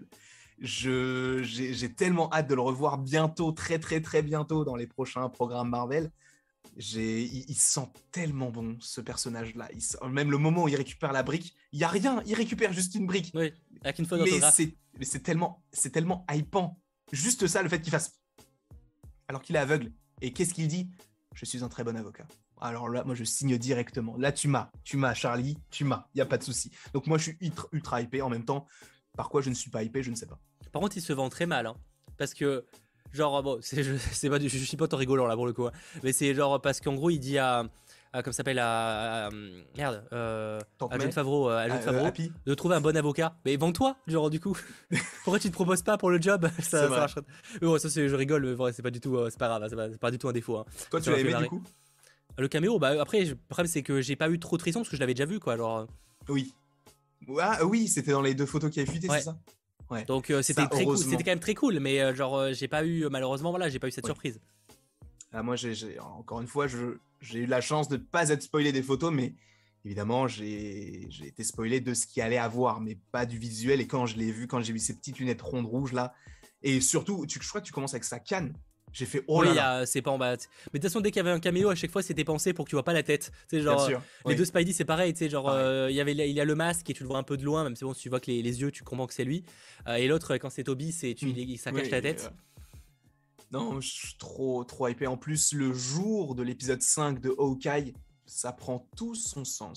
B: J'ai tellement hâte de le revoir bientôt, très très très bientôt dans les prochains programmes Marvel. Il sent tellement bon ce personnage-là. Même le moment où il récupère la brique, il y a rien, il récupère juste une brique.
A: Oui, avec une faute d'orthographe.
B: Mais c'est tellement hypant. Juste ça, le fait qu'il fasse. Alors qu'il est aveugle. Et qu'est-ce qu'il dit? Je suis un très bon avocat. Alors là, moi, je signe directement. Là, tu m'as, Charlie, tu m'as. Il n'y a pas de souci. Donc moi, je suis ultra hypé. En même temps, par quoi je ne suis pas hypé, je ne sais pas.
A: Par contre, il se vend très mal, hein, parce que genre bon, je suis pas en rigolant là pour le coup, hein, mais c'est genre parce qu'en gros il dit comme ça s'appelle merde à Jon Favreau, de trouver un bon avocat. Mais vends-toi, genre du coup. Pourquoi tu te proposes pas pour le job? ça marcherait. Mais bon, ça je rigole, mais vrai, c'est pas du tout, c'est pas grave, c'est pas du tout un défaut. Hein.
B: Toi, tu l'as aimé du coup?
A: Le caméo, bah après le problème c'est que j'ai pas eu trop de frissons parce que je l'avais déjà vu quoi, genre.
B: Oui. Ah oui, c'était dans les 2 photos qui avaient fuité, c'est ça? Ouais.
A: Donc c'était très cool, c'était quand même très cool, mais j'ai pas eu malheureusement j'ai pas eu cette surprise.
B: Moi encore une fois j'ai eu la chance de ne pas être spoilé des photos, mais évidemment j'ai été spoilé de ce qu'il allait avoir, mais pas du visuel. Et quand je l'ai vu, quand j'ai vu ces petites lunettes rondes rouges là, et surtout je crois que tu commences avec sa canne. J'ai fait oh là là.
A: C'est pas en bas. Mais de toute façon, dès qu'il y avait un caméo, à chaque fois, c'était pensé pour que tu vois pas la tête. Tu sais, genre,
B: bien sûr,
A: les deux Spidey, c'est pareil. Tu sais, genre, il y a le masque et tu le vois un peu de loin, même si bon, tu vois que les yeux, tu comprends que c'est lui. Et l'autre, quand c'est Toby, ça cache la tête.
B: Non, je suis trop hypé. En plus, le jour de l'épisode 5 de Hawkeye, ça prend tout son sens.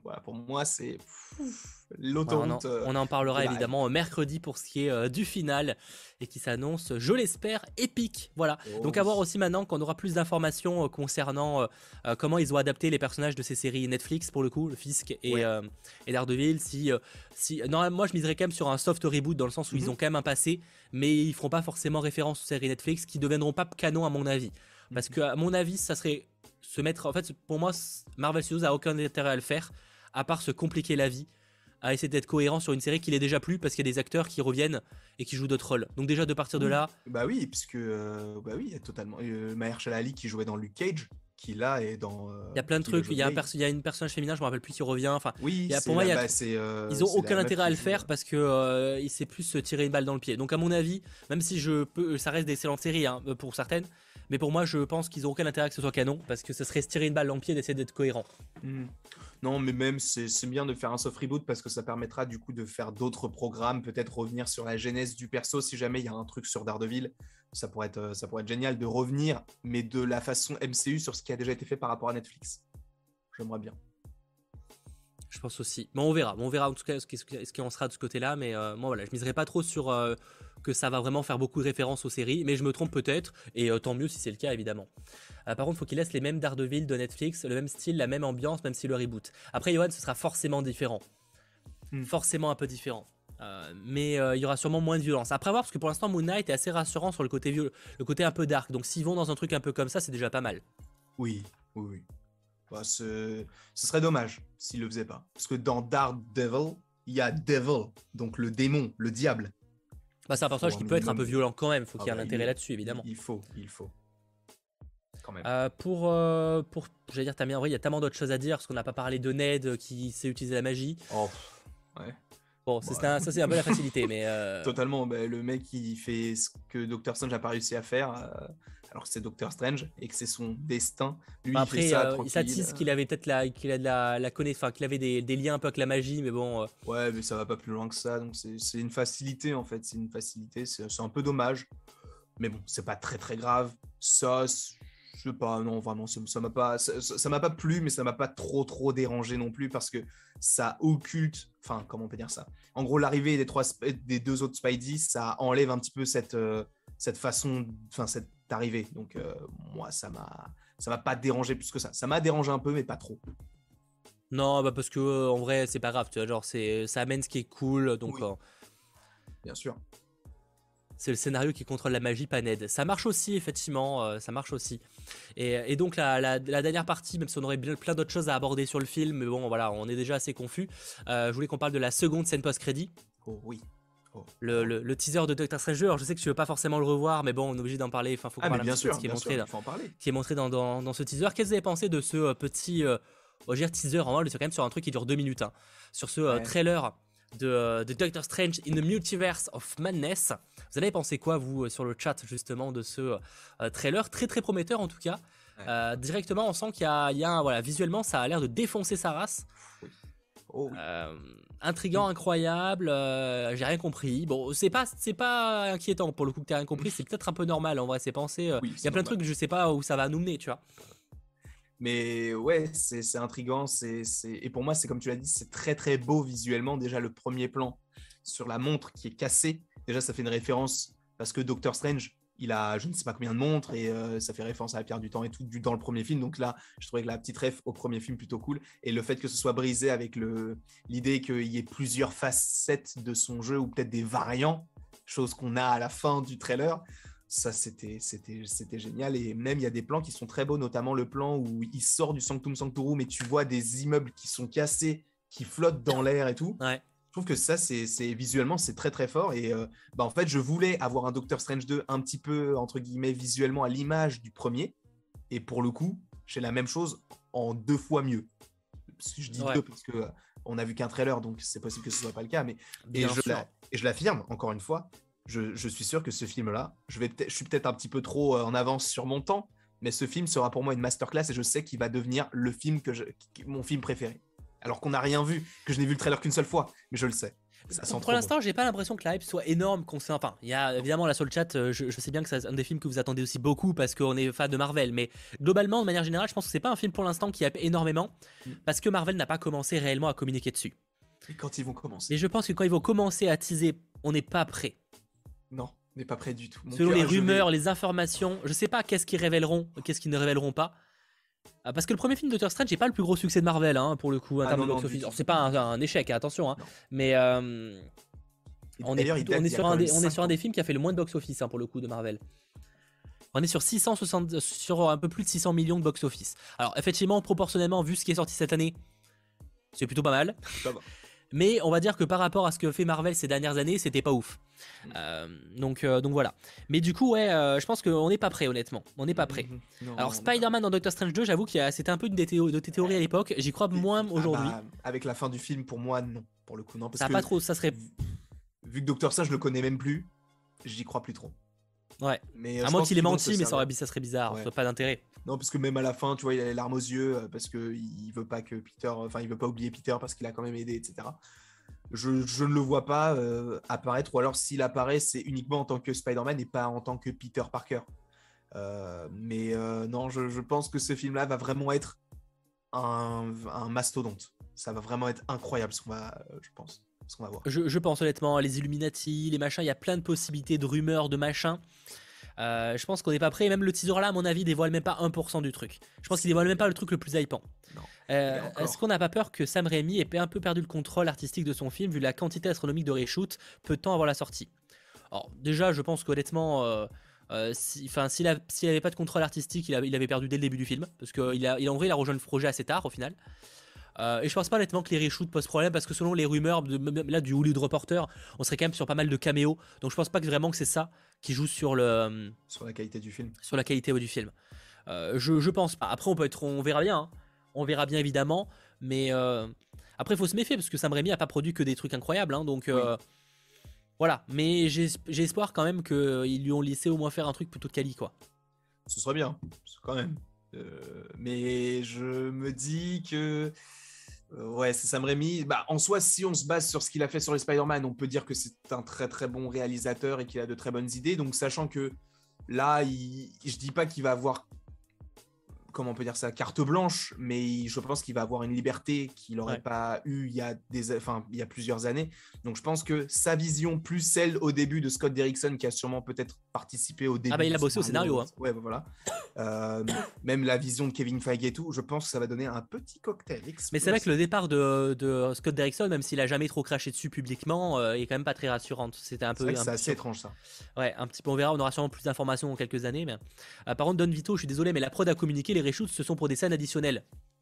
B: Voilà, pour moi, c'est
A: Ouais,
B: l'autoroute
A: on en
B: de
A: parlera
B: la hype.
A: évidemment mercredi pour ce qui est du final et qui s'annonce, je l'espère, épique. Voilà.
B: Oh
A: Donc à voir
B: oui.
A: aussi maintenant qu'on aura plus d'informations concernant comment ils ont adapté les personnages de ces séries Netflix pour le coup, le Fisk
B: Ouais.
A: et Daredevil. Si normalement, moi je miserais quand même sur un soft reboot dans le sens où ils
B: Mhm.
A: ont quand même un passé, mais ils feront pas forcément référence aux séries Netflix qui deviendront pas canon à mon avis. Parce
B: Mhm.
A: que à mon avis, ça serait se mettre. En fait, pour moi, Marvel Studios a aucun intérêt à le faire, à part se compliquer la vie à essayer d'être cohérent sur une série qui l'est déjà plus parce qu'il y a des acteurs qui reviennent et qui jouent d'autres rôles. Donc déjà de partir de
B: Oui,
A: là,
B: bah oui, puisque bah oui, il y a totalement Mahershala Ali qui jouait dans Luke Cage, qui là est dans
A: il y a plein de
B: qui va
A: trucs.
B: jouer Blade.
A: Il y a une personnage féminin, je me rappelle plus qui revient. Enfin,
B: Oui,
A: pour moi, ils ont
B: c'est
A: aucun
B: la meuf
A: intérêt à
B: qui
A: le
B: joue.
A: faire parce que il sait plus se tirer une balle dans le pied. Donc à mon avis, même si ça reste d'excellentes séries hein, pour certaines, mais pour moi, je pense qu'ils ont aucun intérêt que ce soit canon parce que ce serait se tirer une balle dans le pied d'essayer d'être cohérent.
B: Mhm. Non, mais même c'est bien de faire un soft reboot parce que ça permettra du coup de faire d'autres programmes, peut-être revenir sur la genèse du perso si jamais il y a un truc sur Daredevil. Ça pourrait être génial de revenir, mais de la façon MCU sur ce qui a déjà été fait par rapport à Netflix. J'aimerais bien.
A: Je pense aussi. Mais on verra en tout cas ce qui en sera de ce côté-là. Mais moi, voilà, je miserai pas trop sur que ça va vraiment faire beaucoup de références aux séries. Mais je me trompe peut-être. Et tant mieux si c'est le cas, évidemment. Par contre, il faut qu'il laisse les mêmes Daredevil de Netflix, le même style, la même ambiance, même si le reboot. Après, Johan, ce sera forcément différent.
B: Hmm.
A: Forcément un peu différent. Mais il y aura sûrement moins de violence. Après voir, parce que pour l'instant, Moon Knight est assez rassurant sur le côté un peu dark. Donc s'ils vont dans un truc un peu comme ça, c'est déjà pas mal.
B: Oui, oui, oui. Bah, ce serait dommage s'il le faisait pas. Parce que dans Daredevil, il y a Devil, donc le démon, le diable.
A: Bah, c'est un
B: Il faut
A: personnage
B: un
A: qui peut être un peu
B: minimum.
A: violent quand même. Faut
B: Ah
A: qu'il y ait
B: bah,
A: un intérêt là-dessus, évidemment.
B: il faut, quand même.
A: J'allais dire, il y a tellement d'autres choses à dire, parce qu'on n'a pas parlé de Ned qui sait utiliser la magie.
B: Oh, ouais.
A: Bon,
B: Bon,
A: ça c'est un peu la facilité, mais
B: totalement. Bah, le mec, il fait ce que Doctor Strange n'a pas réussi à faire, alors que c'est Doctor Strange et que c'est son destin. Lui, il fait
A: après,
B: ça
A: il
B: tranquille.
A: s'attise qu'il avait peut-être qu'il a de la connaissance, enfin, qu'il avait des liens un peu avec la magie, mais bon.
B: Ouais, mais ça va pas plus loin que ça. Donc, c'est une facilité, en fait. C'est une facilité. C'est un peu dommage. Mais bon, c'est pas très, très grave. Ça, je sais pas, non, vraiment, ça m'a pas plu, mais ça m'a pas trop, trop dérangé non plus parce que ça occulte, enfin, comment on peut dire ça? En gros, l'arrivée des deux autres Spidey, ça enlève un petit peu cette façon, enfin, cette arrivée. Donc, moi, ça m'a pas dérangé plus que ça. Ça m'a dérangé un peu, mais pas trop.
A: Non, bah parce que en vrai, c'est pas grave, tu vois, genre, ça amène ce qui est cool, donc.
B: Oui, bien sûr.
A: C'est le scénario qui contrôle la magie, pas Ned. Ça marche aussi, effectivement, ça marche aussi. Et donc la dernière partie, même si on aurait plein d'autres choses à aborder sur le film, mais bon, voilà, on est déjà assez confus. Je voulais qu'on parle de la seconde scène post-crédit.
B: Oh oui. Oh.
A: Le teaser de Doctor Strange. Alors, je sais que tu veux pas forcément le revoir, mais bon, on est obligé d'en parler. Enfin, faut qu'on
B: Ah, mais
A: parle un
B: bien
A: petit peu de
B: sûr,
A: ce qui est
B: bien
A: montré
B: sûr,
A: là,
B: il faut en parler.
A: qui est montré dans ce teaser. Qu'est-ce que vous avez pensé de ce petit je veux dire teaser? En vrai, c'est quand même sur un truc qui dure 2 minutes. Hein. Sur ce
B: Ouais.
A: trailer de Doctor Strange in the Multiverse of Madness. Vous en avez pensé quoi, vous, sur le chat, justement, de ce trailer? Très, très prometteur, en tout cas.
B: Ouais.
A: Directement, on sent qu'il y a voilà, visuellement, ça a l'air de défoncer sa race.
B: Oui. Oh oui.
A: Intriguant, incroyable, j'ai rien compris. Bon, c'est pas inquiétant pour le coup que t'aies rien compris, c'est peut-être un peu normal en vrai, c'est pensé.
B: Oui,
A: Il y
B: c'est
A: a plein de
B: normal.
A: trucs, je sais pas où ça va nous mener, tu vois.
B: Mais ouais, c'est intriguant. Et pour moi, c'est comme tu l'as dit, c'est très très beau visuellement. Déjà, le premier plan sur la montre qui est cassée, déjà, ça fait une référence parce que Doctor Strange, il a je ne sais pas combien de montres et ça fait référence à la pierre du temps et tout dans le premier film. Donc là, je trouvais que la petite ref au premier film plutôt cool. Et le fait que ce soit brisé avec l'idée qu'il y ait plusieurs facettes de son jeu ou peut-être des variants, chose qu'on a à la fin du trailer. Ça, c'était génial. Et même, il y a des plans qui sont très beaux, notamment le plan où il sort du Sanctum Sanctorum et tu vois des immeubles qui sont cassés, qui flottent dans l'air et tout.
A: Ouais.
B: Je trouve que ça, visuellement, c'est très, très fort. Et en fait, je voulais avoir un Doctor Strange 2 un petit peu, entre guillemets, visuellement à l'image du premier. Et pour le coup, j'ai la même chose en 2 fois mieux. Parce que je dis
A: Ouais.
B: deux parce que on a vu qu'un trailer, donc c'est possible que ce soit pas le cas. Mais
A: Bien sûr.
B: et je l'affirme encore une fois, je suis sûr que ce film-là, je suis peut-être un petit peu trop en avance sur mon temps, mais ce film sera pour moi une masterclass et je sais qu'il va devenir le film mon film préféré. Alors qu'on n'a rien vu, que je n'ai vu le trailer qu'une seule fois, mais je le sais. Ça sent
A: Pour
B: trop bon.
A: l'instant, j'ai pas l'impression que la hype soit énorme. Enfin, il y a évidemment là sur le chat, je sais bien que c'est un des films que vous attendez aussi beaucoup parce qu'on est fan de Marvel. Mais globalement, de manière générale, je pense que c'est pas un film pour l'instant qui hype énormément
B: Mm.
A: parce que Marvel n'a pas commencé réellement à communiquer dessus.
B: Et quand ils vont commencer?
A: Et je pense que quand ils vont commencer à teaser, on n'est pas prêt.
B: Non, on n'est pas prêt du tout. Mon
A: Selon
B: cœur
A: les
B: est gelé.
A: rumeurs, les informations, je sais pas qu'est-ce qu'ils révéleront, qu'est-ce qu'ils ne révéleront pas. Parce que le premier film Doctor Strange n'est pas le plus gros succès de Marvel, hein, pour le coup, en
B: Ah
A: termes
B: non,
A: de
B: non,
A: box-office.
B: du
A: Alors,
B: tout.
A: c'est pas un échec, hein, attention. Hein.
B: Non.
A: Mais
B: Et
A: on est,
B: d'ailleurs, il date
A: on est
B: d'il y a
A: sur
B: quand
A: un
B: même
A: des, on est
B: 5
A: sur un
B: ans.
A: des films qui a fait le moins de box-office, hein, pour le coup, de Marvel. On est sur 660, sur un peu plus de 600 millions de box-office. Alors, effectivement, proportionnellement, vu ce qui est sorti cette année, c'est plutôt pas mal.
B: Ça va.
A: Mais on va dire que par rapport à ce que fait Marvel ces dernières années, c'était pas ouf. Donc voilà. Mais du coup, ouais, je pense qu'on n'est pas prêt, honnêtement. On n'est pas prêt.
B: Non,
A: Alors,
B: on est
A: Spider-Man dans Doctor Strange 2, j'avoue que c'était un peu une de tes théories à l'époque. J'y crois
B: pas-
A: moins
B: Ah
A: aujourd'hui.
B: bah, avec la fin du film, pour moi, non. Pour le coup, non. Parce
A: Ça a
B: que
A: pas trop, ça serait.
B: vu que Docteur Strange, je le connais même plus, j'y crois plus trop.
A: Ouais.
B: Mais
A: À
B: je
A: moins
B: pense
A: qu'il ait
B: qu'ils vont
A: menti,
B: se
A: mais
B: servir.
A: ça serait bizarre.
B: Ouais.
A: Ça n'a pas d'intérêt.
B: Non, parce que même à la fin, tu vois, il a les larmes aux yeux parce que il veut pas que Peter, enfin, il veut pas oublier Peter parce qu'il a quand même aidé, etc. Je ne le vois pas apparaître, ou alors s'il apparaît, c'est uniquement en tant que Spider-Man et pas en tant que Peter Parker. Non, je pense que ce film-là va vraiment être un mastodonte. Ça va vraiment être incroyable ce qu'on va, je pense, ce qu'on va voir.
A: Je pense honnêtement, les Illuminati, les machins, il y a plein de possibilités, de rumeurs, de machins. Je pense qu'on n'est pas prêt. Même le teaser là, à mon avis, dévoile même pas 1% du truc. Je pense qu'il dévoile même pas le truc le plus hypant.
B: Non. Et encore.
A: Est-ce qu'on n'a pas peur que Sam Raimi ait un peu perdu le contrôle artistique de son film vu la quantité astronomique de reshoot peu de temps avant la sortie? Alors déjà, je pense qu'honnêtement, s'il avait pas de contrôle artistique, il avait perdu dès le début du film parce qu'il en vrai, il a rejoint le projet assez tard au final. Et je pense pas honnêtement que les reshoots posent problème parce que selon les rumeurs là du Hollywood Reporter, on serait quand même sur pas mal de caméos. Donc je pense pas que vraiment que c'est ça qui joue sur la
B: qualité du film.
A: sur la qualité du film. Je pense pas. Après on verra bien. Hein. On verra bien évidemment, mais après il faut se méfier parce que Sam Raimi a pas produit que des trucs incroyables. Hein, donc voilà. Mais j'ai espoir quand même qu'ils lui ont laissé au moins faire un truc plutôt de quali quoi.
B: Ce serait bien, quand même. Mais je me dis que ouais, c'est Sam Raimi. Bah, en soi, si on se base sur ce qu'il a fait sur les Spider-Man, on peut dire que c'est un très très bon réalisateur et qu'il a de très bonnes idées. Donc, sachant que là, je dis pas qu'il va avoir, comment on peut dire ça, carte blanche, mais je pense qu'il va avoir une liberté qu'il n'aurait pas eu il y a plusieurs années. Donc, je pense que sa vision plus celle au début de Scott Derrickson, qui a sûrement peut-être participé au début.
A: Ah bah il a bossé au scénario. Hein.
B: Ouais, bah voilà. Même la vision de Kevin Feige et tout, je pense que ça va donner un petit cocktail.
A: Mais c'est vrai que le départ de Scott Derrickson, même s'il a jamais trop craché dessus publiquement, est quand même pas très rassurante. C'était un peu.
B: C'est assez étrange ça.
A: Ouais, un petit peu. On verra. On aura sûrement plus d'informations dans quelques années. Mais par contre, Don Vito, je suis désolé, mais la prod a communiqué les reshoots, ce sont pour des scènes additionnelles.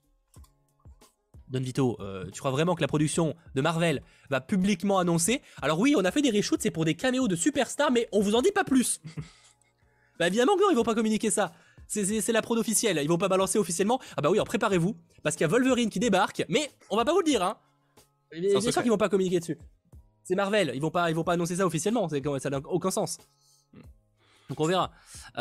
A: Don Vito, tu crois vraiment que la production de Marvel va publiquement annoncer? Alors oui, on a fait des reshoots, c'est pour des caméos de superstars, mais on vous en dit pas plus. Bah évidemment que non, ils vont pas communiquer ça. C'est la prod officielle, ils vont pas balancer officiellement. Ah bah oui, préparez-vous, parce qu'il y a Wolverine qui débarque, mais on va pas vous le dire, hein. Bien sûr qu'ils vont pas communiquer dessus. C'est Marvel, ils vont pas annoncer ça officiellement, ça n'a aucun sens. Donc on verra.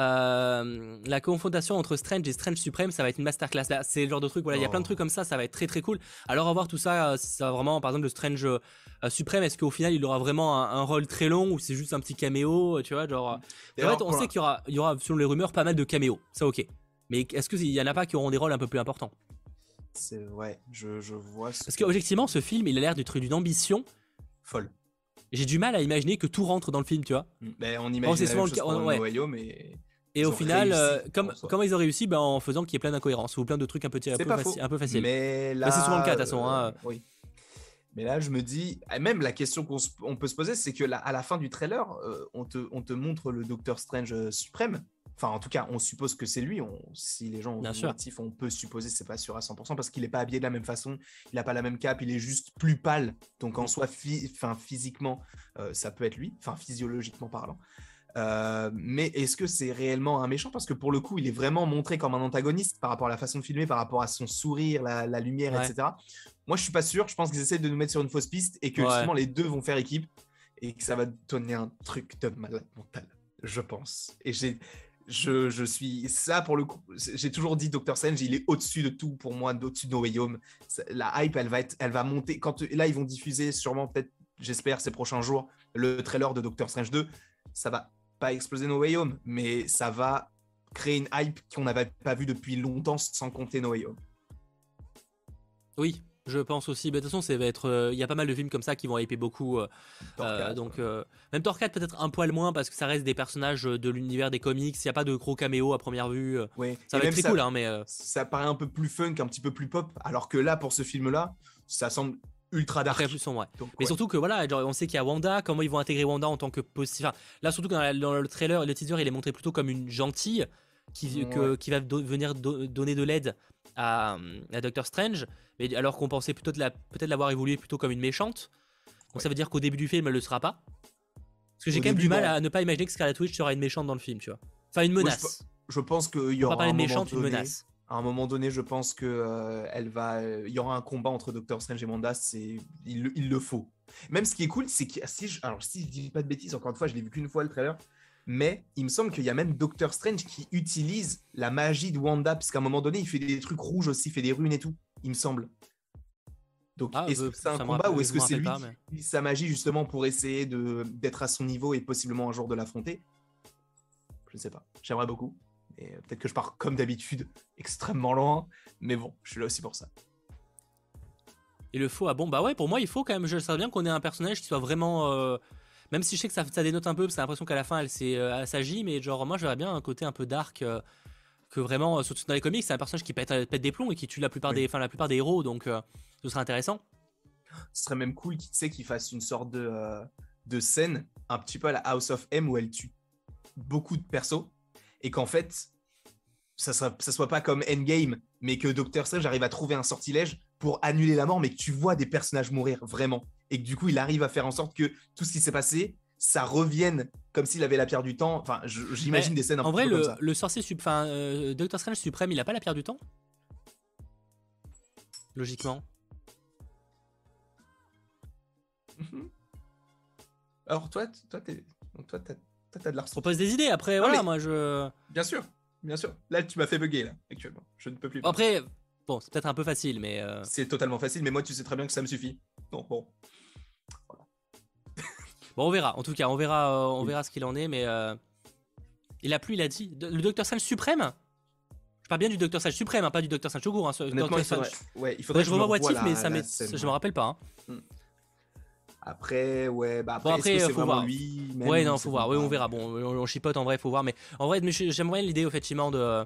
A: La confrontation entre Strange et Strange Supreme, ça va être une masterclass. Là, c'est le genre de truc, voilà, il y a plein de trucs comme ça va être très très cool. Alors à voir tout ça, si ça va vraiment, par exemple, le Strange Supreme, est-ce qu'au final il aura vraiment un rôle très long ou c'est juste un petit caméo, tu vois, genre. En fait, on sait qu'il y aura, selon les rumeurs, pas mal de caméos, ça ok. Mais est-ce qu'il y en a pas qui auront des rôles un peu plus importants?
B: Ouais, je vois.
A: Parce qu'objectivement, ce film, il a l'air d'être d'une ambition
B: folle.
A: J'ai du mal à imaginer que tout rentre dans le film, tu vois.
B: Ben, on imagine la même chose pour Ohio, mais...
A: Et au final, comment ils ont réussi en faisant qu'il y ait plein d'incohérences ou plein de trucs un peu faciles.
B: Mais là,
A: c'est souvent le cas, de toute façon. Hein.
B: Oui. Mais là, je me dis, même la question qu'on peut se poser, c'est que à la fin du trailer, on te montre le Docteur Strange suprême. Enfin, en tout cas, on suppose que c'est lui. Si les gens sont actifs, on peut supposer, c'est pas sûr à 100% parce qu'il n'est pas habillé de la même façon, il n'a pas la même cape, il est juste plus pâle. Donc, en soi, physiquement, ça peut être lui, enfin, physiologiquement parlant. Mais est-ce que c'est réellement un méchant? Parce que pour le coup, il est vraiment montré comme un antagoniste par rapport à la façon de filmer, par rapport à son sourire, la lumière, etc. Moi, je suis pas sûr. Je pense qu'ils essaient de nous mettre sur une fausse piste et que justement les deux vont faire équipe et que ça va donner un truc de malade mental, je pense. Et je suis ça pour le coup. J'ai toujours dit Doctor Strange, il est au-dessus de tout pour moi, au-dessus de No Way Home. La hype, elle va monter. Là, ils vont diffuser sûrement peut-être j'espère, ces prochains jours, le trailer de Doctor Strange 2, ça va pas exploser No Way Home, mais ça va créer une hype qu'on n'avait pas vue depuis longtemps sans compter No Way Home.
A: Oui, je pense aussi. Bah, de toute façon, il y a pas mal de films comme ça qui vont hyper beaucoup.
B: Thor 4,
A: Donc, même Thor 4 peut-être un poil moins parce que ça reste des personnages de l'univers des comics. Il n'y a pas de gros caméos à première vue.
B: ouais.
A: Ça va être très cool, hein, mais.
B: Ça paraît un peu plus funk, un petit peu plus pop, alors que là, pour ce film-là, ça semble ultra dark.
A: Très plus sombre, ouais.
B: Donc,
A: mais surtout que voilà, genre, on sait qu'il y a Wanda, comment ils vont intégrer Wanda en tant que possible. Enfin, là, surtout que dans le trailer, le teaser, il est montré plutôt comme une gentille qui va venir donner de l'aide à Doctor Strange, mais alors qu'on pensait plutôt peut-être l'avoir évolué plutôt comme une méchante. Donc ça veut dire qu'au début du film, elle le sera pas. Parce que j'ai quand même du mal à ne pas imaginer que Scarlet Witch sera une méchante dans le film, tu vois. Enfin, une menace.
B: Je pense qu'il y aura
A: on va parler de méchante, une menace.
B: À un moment donné, je pense que il y aura un combat entre Doctor Strange et Wanda. Il le faut. Même ce qui est cool, c'est que si je dis pas de bêtises, encore une fois, je l'ai vu qu'une fois le trailer, mais il me semble qu'il y a même Doctor Strange qui utilise la magie de Wanda, parce qu'à un moment donné, il fait des trucs rouges aussi, il fait des runes et tout, il me semble. Donc, est-ce que c'est un combat ou est-ce que c'est lui qui utilise sa magie justement pour essayer d'être à son niveau et possiblement un jour de l'affronter? Je ne sais pas. J'aimerais beaucoup. Et peut-être que je pars comme d'habitude extrêmement loin, mais bon, je suis là aussi pour ça.
A: Et le faux, bon bah ouais, pour moi il faut quand même, je sais bien qu'on ait un personnage qui soit vraiment, même si je sais que ça dénote un peu, parce que j'ai l'impression qu'à la fin elle s'agit, mais genre moi j'aurais bien un côté un peu dark, que vraiment, surtout dans les comics, c'est un personnage qui pète des plombs et qui tue la plupart des héros, donc ce serait intéressant.
B: Ce serait même cool qu'il fasse une sorte de scène, un petit peu à la House of M, où elle tue beaucoup de persos, et qu'en fait, ça soit pas comme Endgame, mais que Doctor Strange arrive à trouver un sortilège pour annuler la mort, mais que tu vois des personnages mourir vraiment, et que du coup, il arrive à faire en sorte que tout ce qui s'est passé, ça revienne comme s'il avait la pierre du temps. Enfin, j'imagine des scènes un peu comme ça. En vrai,
A: le sorcier Doctor Strange suprême, il a pas la pierre du temps? Logiquement.
B: Alors toi, t'as de la.
A: Je propose des idées. Après, voilà, mais... moi je.
B: Bien sûr. Là, tu m'as fait bugger là actuellement. Je ne peux plus.
A: Après, bon, c'est peut-être un peu facile, mais.
B: C'est totalement facile, mais moi, tu sais très bien que ça me suffit. Donc bon.
A: Voilà. Bon, on verra. En tout cas, on verra ce qu'il en est, mais. Il a dit. Le Docteur Strange suprême. Je parle bien du Docteur Strange suprême, hein, pas du Docteur Strange tout court. Hein,
B: honnêtement, il faudrait que je
A: revoie What If, mais je me rappelle pas. Hein.
B: Après,
A: après,
B: est-ce que c'est
A: faut
B: vraiment
A: voir.
B: lui
A: même, ouais, non, faut voir. Oui, on verra. Bon, on chipote en vrai, faut voir. Mais en vrai, j'aimerais bien l'idée, effectivement, de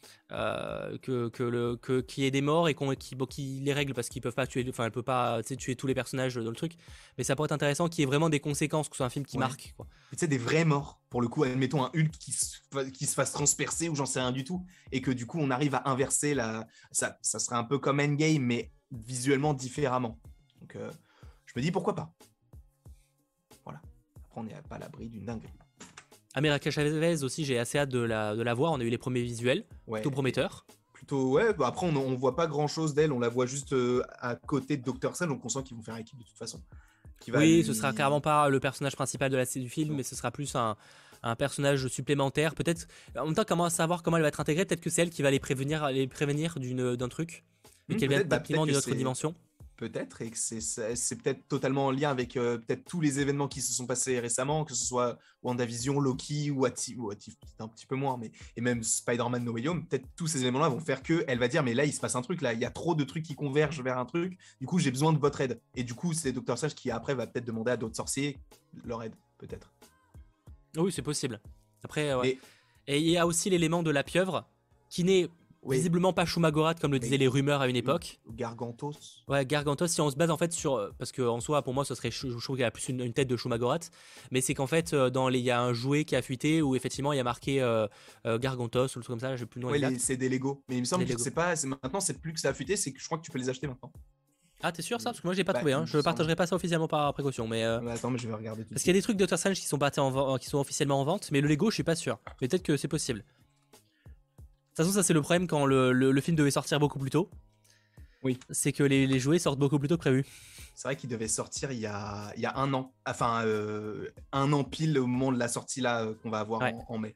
A: qu'il y ait des morts et qui les règlent parce qu'ils peuvent pas tuer. Enfin, elle peut pas tuer tous les personnages dans le truc. Mais ça pourrait être intéressant qu'il y ait vraiment des conséquences, que ce soit un film qui marque.
B: Tu sais, des vrais morts. Pour le coup, admettons un Hulk qui se fasse transpercer ou j'en sais rien du tout, et que du coup, on arrive à inverser ça serait un peu comme Endgame, mais visuellement différemment. Donc, je me dis pourquoi pas. Voilà. Après, on n'est pas à l'abri d'une dinguerie.
A: America Chavez aussi, j'ai assez hâte de la voir. On a eu les premiers visuels, plutôt prometteurs.
B: Après, on voit pas grand chose d'elle. On la voit juste à côté de Doctor Strange, donc on sent qu'ils vont faire équipe de toute façon.
A: Ce sera carrément pas le personnage principal de la série du film, mais ce sera plus un personnage supplémentaire. Peut-être, en même temps, comment savoir comment elle va être intégrée. Peut-être que c'est elle qui va les prévenir d'un truc, et qu'elle vient rapidement d'une autre dimension.
B: Peut-être, et que c'est peut-être totalement en lien avec peut-être tous les événements qui se sont passés récemment, que ce soit WandaVision, Loki ou What If, peut-être un petit peu moins, et même Spider-Man No Way Home. Peut-être tous ces éléments-là vont faire qu'elle va dire, mais là, il se passe un truc, là, il y a trop de trucs qui convergent vers un truc, du coup, j'ai besoin de votre aide. Et du coup, c'est Dr. Strange qui, après, va peut-être demander à d'autres sorciers leur aide, peut-être.
A: Oui, c'est possible. Après, ouais. Et il y a aussi l'élément de la pieuvre, qui n'est... visiblement pas Shumagorath comme le disaient les rumeurs à une époque.
B: Gargantos.
A: Ouais, Gargantos, si on se base en fait sur... Parce qu'en soi, pour moi, ce serait, je trouve qu'il y a plus une tête de Shumagorath. Mais c'est qu'en fait, il y a un jouet qui a fuité où effectivement il y a marqué Gargantos ou le truc comme ça, j'ai plus le nom exact.
B: C'est des Lego. Mais il me semble que maintenant, c'est plus que ça a fuité, c'est que je crois que tu peux les acheter maintenant.
A: Ah, t'es sûr ça? Parce que moi, j'ai pas trouvé. Hein. Je partagerai pas ça officiellement par précaution. Mais
B: attends, mais je vais regarder tout.
A: Parce qu'il y a des trucs de Doctor Strange qui sont officiellement en vente, mais le Lego, je suis pas sûr. Mais peut-être que c'est possible. De toute façon, ça c'est le problème quand le film devait sortir beaucoup plus tôt.
B: Oui.
A: C'est que les jouets sortent beaucoup plus tôt que prévu.
B: C'est vrai qu'il devait sortir il y a un an. Enfin, un an pile au moment de la sortie là qu'on va avoir en mai.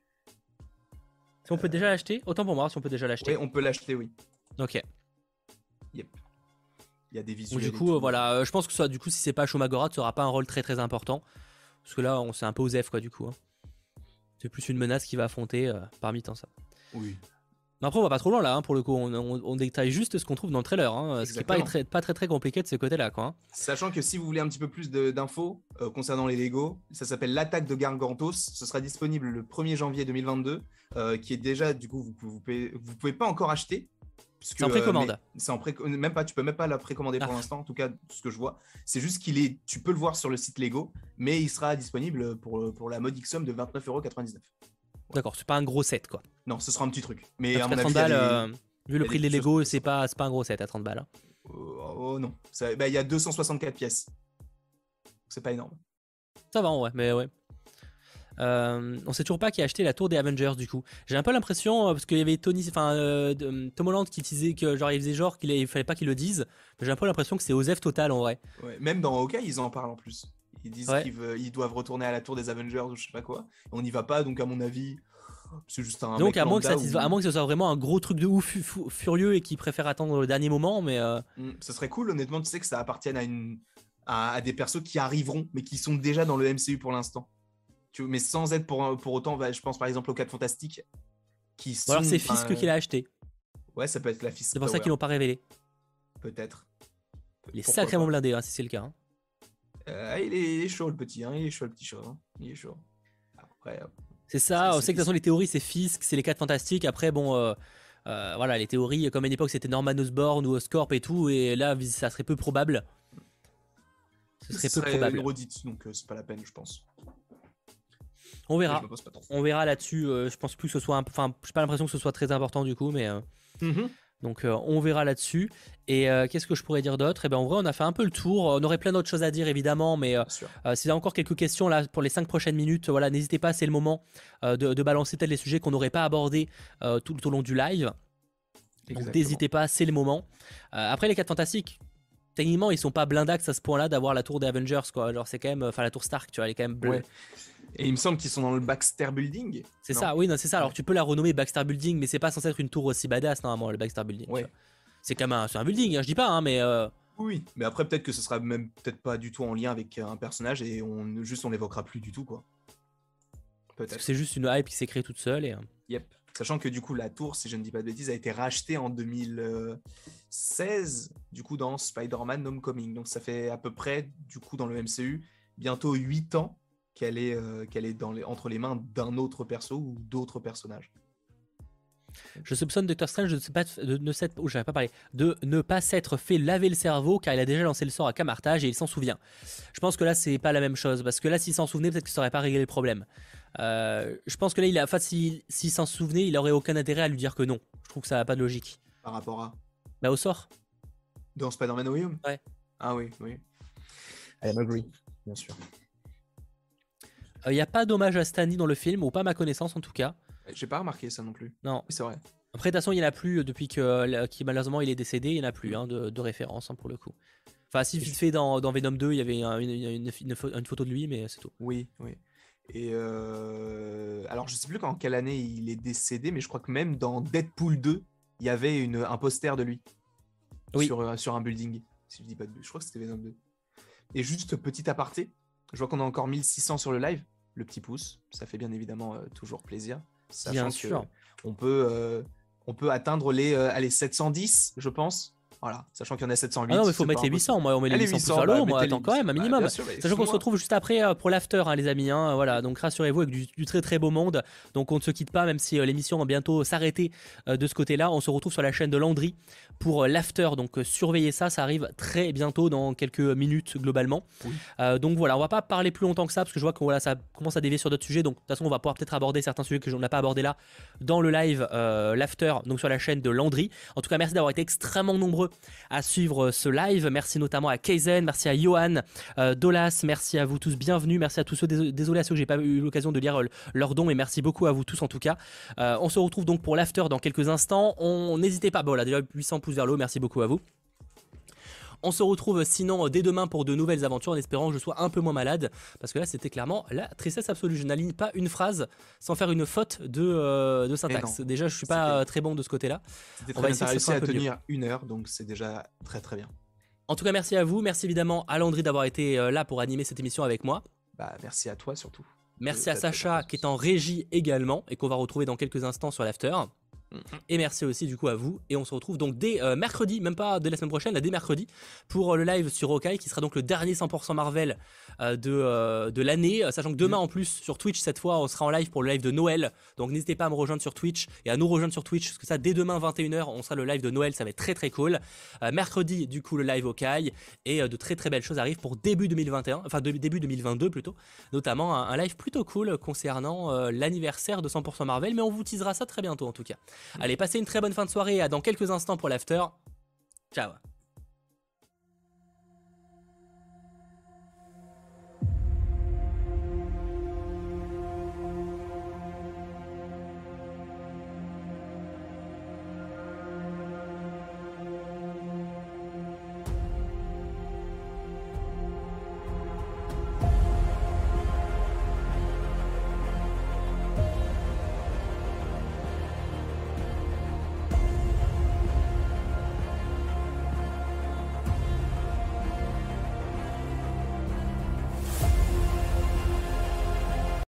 A: Si on peut déjà l'acheter, autant pour moi, si on peut déjà l'acheter.
B: Oui, on peut l'acheter, oui.
A: Ok.
B: Yep. Il y a des
A: Donc,
B: visuels
A: du
B: et
A: coup,
B: tout.
A: voilà, je pense que ça, du coup, si c'est pas Shomagora, ça aura pas un rôle très très important. Parce que là, c'est un peu Osef, quoi, du coup. Hein. C'est plus une menace qu'il va affronter parmi tant ça.
B: Oui,
A: Mais après, on va pas trop loin là, hein, pour le coup. On détaille juste ce qu'on trouve dans le trailer. Hein, ce qui est pas
B: exactement.
A: pas très très compliqué de ce côté-là, quoi. Hein.
B: Sachant que si vous voulez un petit peu plus d'infos concernant les Lego, ça s'appelle l'attaque de Gargantos. Ce sera disponible le 1er janvier 2022, qui est déjà, du coup, vous pouvez pas encore acheter. Puisque,
A: C'est en précommande.
B: c'est en même pas, tu peux même pas la précommander pour l'instant, en tout cas, ce que je vois. C'est juste tu peux le voir sur le site Lego, mais il sera disponible pour la modique somme de 29,99 €.
A: D'accord, c'est pas un gros set, quoi.
B: Non, ce sera un petit truc. Mais
A: Parce
B: à
A: qu'à
B: mon
A: 30
B: avis,
A: balles, vu le prix des
B: petites
A: Lego,
B: choses
A: c'est pas un gros set à 30 balles. Hein.
B: Oh non, il y a 264 pièces. C'est pas énorme.
A: Ça va, ouais, mais ouais. On sait toujours pas qui a acheté la tour des Avengers du coup. J'ai un peu l'impression parce qu'il y avait Tom Holland qui disait que genre il faisait genre qu'il fallait pas qu'il le dise. Mais j'ai un peu l'impression que c'est Osef total en vrai.
B: Ouais, même dans Hawkeye, ils en parlent en plus. Ils disent
A: Ouais.
B: ils doivent retourner à la tour des Avengers ou je sais pas quoi. On n'y va pas, donc à mon avis, c'est juste un.
A: Donc
B: mec
A: à moins que
B: lambda
A: à moins que ce soit vraiment un gros truc de ouf furieux et qu'il préfère attendre le dernier moment, mais
B: Ce serait cool, honnêtement, tu sais que ça appartienne à des persos qui arriveront, mais qui sont déjà dans le MCU pour l'instant. Mais sans être pour autant, je pense par exemple aux 4 Fantastiques.
A: ou alors c'est Fisk qui l'a acheté.
B: Ouais, ça peut être la Fisk.
A: C'est pour ça qu'ils l'ont pas révélé.
B: Peut-être.
A: Il est
B: Pourquoi
A: sacrément
B: pas.
A: blindé hein, si c'est le cas. Hein.
B: Il est chaud le petit, hein. Il est chaud le petit chaud. Hein. Il est chaud. Après,
A: C'est ça, on sait que de toute façon les théories c'est Fisk, c'est les 4 fantastiques. Après bon, voilà les théories comme à une époque c'était Norman Osborn ou Oscorp et tout, et là ça serait peu probable. Ce serait peu probable.
B: redite, donc c'est pas la peine, je pense.
A: On verra.
B: Je me pose pas trop.
A: On verra là-dessus. Je pense plus que ce soit, enfin, j'ai pas l'impression que ce soit très important du coup, mais donc on verra là-dessus. Et qu'est-ce que je pourrais dire d'autre? Eh ben en vrai, on a fait un peu le tour. On aurait plein d'autres choses à dire évidemment, mais si vous avez encore quelques questions là pour les 5 prochaines minutes, voilà, n'hésitez pas. C'est le moment de balancer peut-être les sujets qu'on n'aurait pas abordés tout au long du live. Donc n'hésitez pas, c'est le moment. Après les 4 fantastiques. Techniquement, ils sont pas blindax à ce point-là d'avoir la tour des Avengers, quoi. Genre, c'est quand même, enfin, la tour Stark, tu vois, elle est quand même
B: ouais. Et il me semble qu'ils sont dans le Baxter Building.
A: C'est ça, oui, non, c'est ça. Alors, tu peux la renommer Baxter Building, mais c'est pas censé être une tour aussi badass, normalement, le Baxter Building.
B: Ouais.
A: C'est quand même un building, hein, je dis pas, hein, mais.
B: Oui, mais après, peut-être que ce sera même peut-être pas du tout en lien avec un personnage et on l'évoquera plus du tout, quoi.
A: Peut-être. C'est juste une hype qui s'est créée toute seule. Et...
B: Yep. Sachant que du coup, la tour, si je ne dis pas de bêtises, a été rachetée en 2016, du coup, dans Spider-Man Homecoming. Donc, ça fait à peu près, du coup, dans le MCU, bientôt 8 ans qu'elle est entre les mains d'un autre perso ou d'autres personnages.
A: Je soupçonne Doctor Strange de ne pas s'être fait laver le cerveau car il a déjà lancé le sort à Camartage et il s'en souvient. Je pense que là, c'est pas la même chose parce que là, s'il s'en souvenait, peut-être que ça aurait pas réglé le problème. Je pense que là, s'il s'en souvenait, il aurait aucun intérêt à lui dire que non. Je trouve que ça n'a pas de logique.
B: Par rapport à
A: Bah, au sort.
B: Dans Spider-Man No Way Home.
A: Ouais.
B: Ah oui, oui. I agree, bien sûr.
A: Il n'y a pas d'hommage à Stan Lee dans le film, ou pas à ma connaissance en tout cas.
B: J'ai pas remarqué ça non plus.
A: Non.
B: Oui, c'est vrai.
A: Après, de toute façon, il n'y en a plus depuis que malheureusement il est décédé, il n'y en a plus de référence pour le coup. Enfin, si vite fait dans Venom 2, il y avait une photo de lui, mais c'est tout.
B: Oui, oui. Et alors, je sais plus en quelle année il est décédé, mais je crois que même dans Deadpool 2, il y avait un poster de lui sur un building. Si je dis pas de... Je crois que c'était Venom 2. Et juste petit aparté, je vois qu'on a encore 1600 sur le live. Le petit pouce, ça fait bien évidemment toujours plaisir.
A: Bien sûr.
B: On peut atteindre les 710, je pense. Voilà, sachant qu'il y en a 708.
A: Ah non, mais il faut mettre les 800. Moi, on met les 800 pouces à l'eau. Moi, attends quand même, un minimum.
B: Bien sûr,
A: sachant qu'on se retrouve juste après pour l'after, hein, les amis. Hein, voilà, donc rassurez-vous, avec du très très beau monde. Donc on ne se quitte pas, même si l'émission va bientôt s'arrêter de ce côté-là. On se retrouve sur la chaîne de Landry pour l'after. Donc surveillez ça, ça arrive très bientôt, dans quelques minutes globalement. Oui. Donc voilà, on va pas parler plus longtemps que ça, parce que je vois que voilà, ça commence à dévier sur d'autres sujets. Donc de toute façon, on va pouvoir peut-être aborder certains sujets que on n'a pas abordé là dans le live, l'after, donc sur la chaîne de Landry. En tout cas, merci d'avoir été extrêmement nombreux à suivre ce live. Merci notamment à Kaizen, merci à Johan, Dolas, merci à vous tous, bienvenue, merci à tous ceux, désolé à ceux que j'ai pas eu l'occasion de lire leurs dons, mais merci beaucoup à vous tous en tout cas. On se retrouve donc pour l'after dans quelques instants. N'hésitez pas, bon là déjà 800 pouces vers le haut, merci beaucoup à vous. On se retrouve sinon dès demain pour de nouvelles aventures, en espérant que je sois un peu moins malade, parce que là c'était clairement la tristesse absolue. Je n'aligne pas une phrase sans faire une faute de syntaxe. Déjà je suis pas très bon de ce côté-là.
B: On va essayer de à tenir 1 heure, donc c'est déjà très très bien.
A: En tout cas, merci à vous. Merci évidemment à Landry d'avoir été là pour animer cette émission avec moi.
B: Bah, merci à toi surtout.
A: Merci à
B: Ta
A: Sacha qui est en régie également et qu'on va retrouver dans quelques instants sur l'after. Et merci aussi du coup à vous. Et on se retrouve donc dès mercredi, même pas dès la semaine prochaine, là, dès mercredi, pour le live sur Hawkeye qui sera donc le dernier 100% Marvel de l'année. Sachant que demain en plus sur Twitch, cette fois, on sera en live pour le live de Noël. Donc n'hésitez pas à me rejoindre sur Twitch et à nous rejoindre sur Twitch. Parce que ça, dès demain 21h, on sera le live de Noël. Ça va être très très cool. Mercredi, du coup, le live Hawkeye. Et de très très belles choses arrivent pour début 2021, enfin début 2022 plutôt. Notamment un live plutôt cool concernant l'anniversaire de 100% Marvel. Mais on vous teasera ça très bientôt en tout cas. Allez, passez une très bonne fin de soirée, à dans quelques instants pour l'after. Ciao.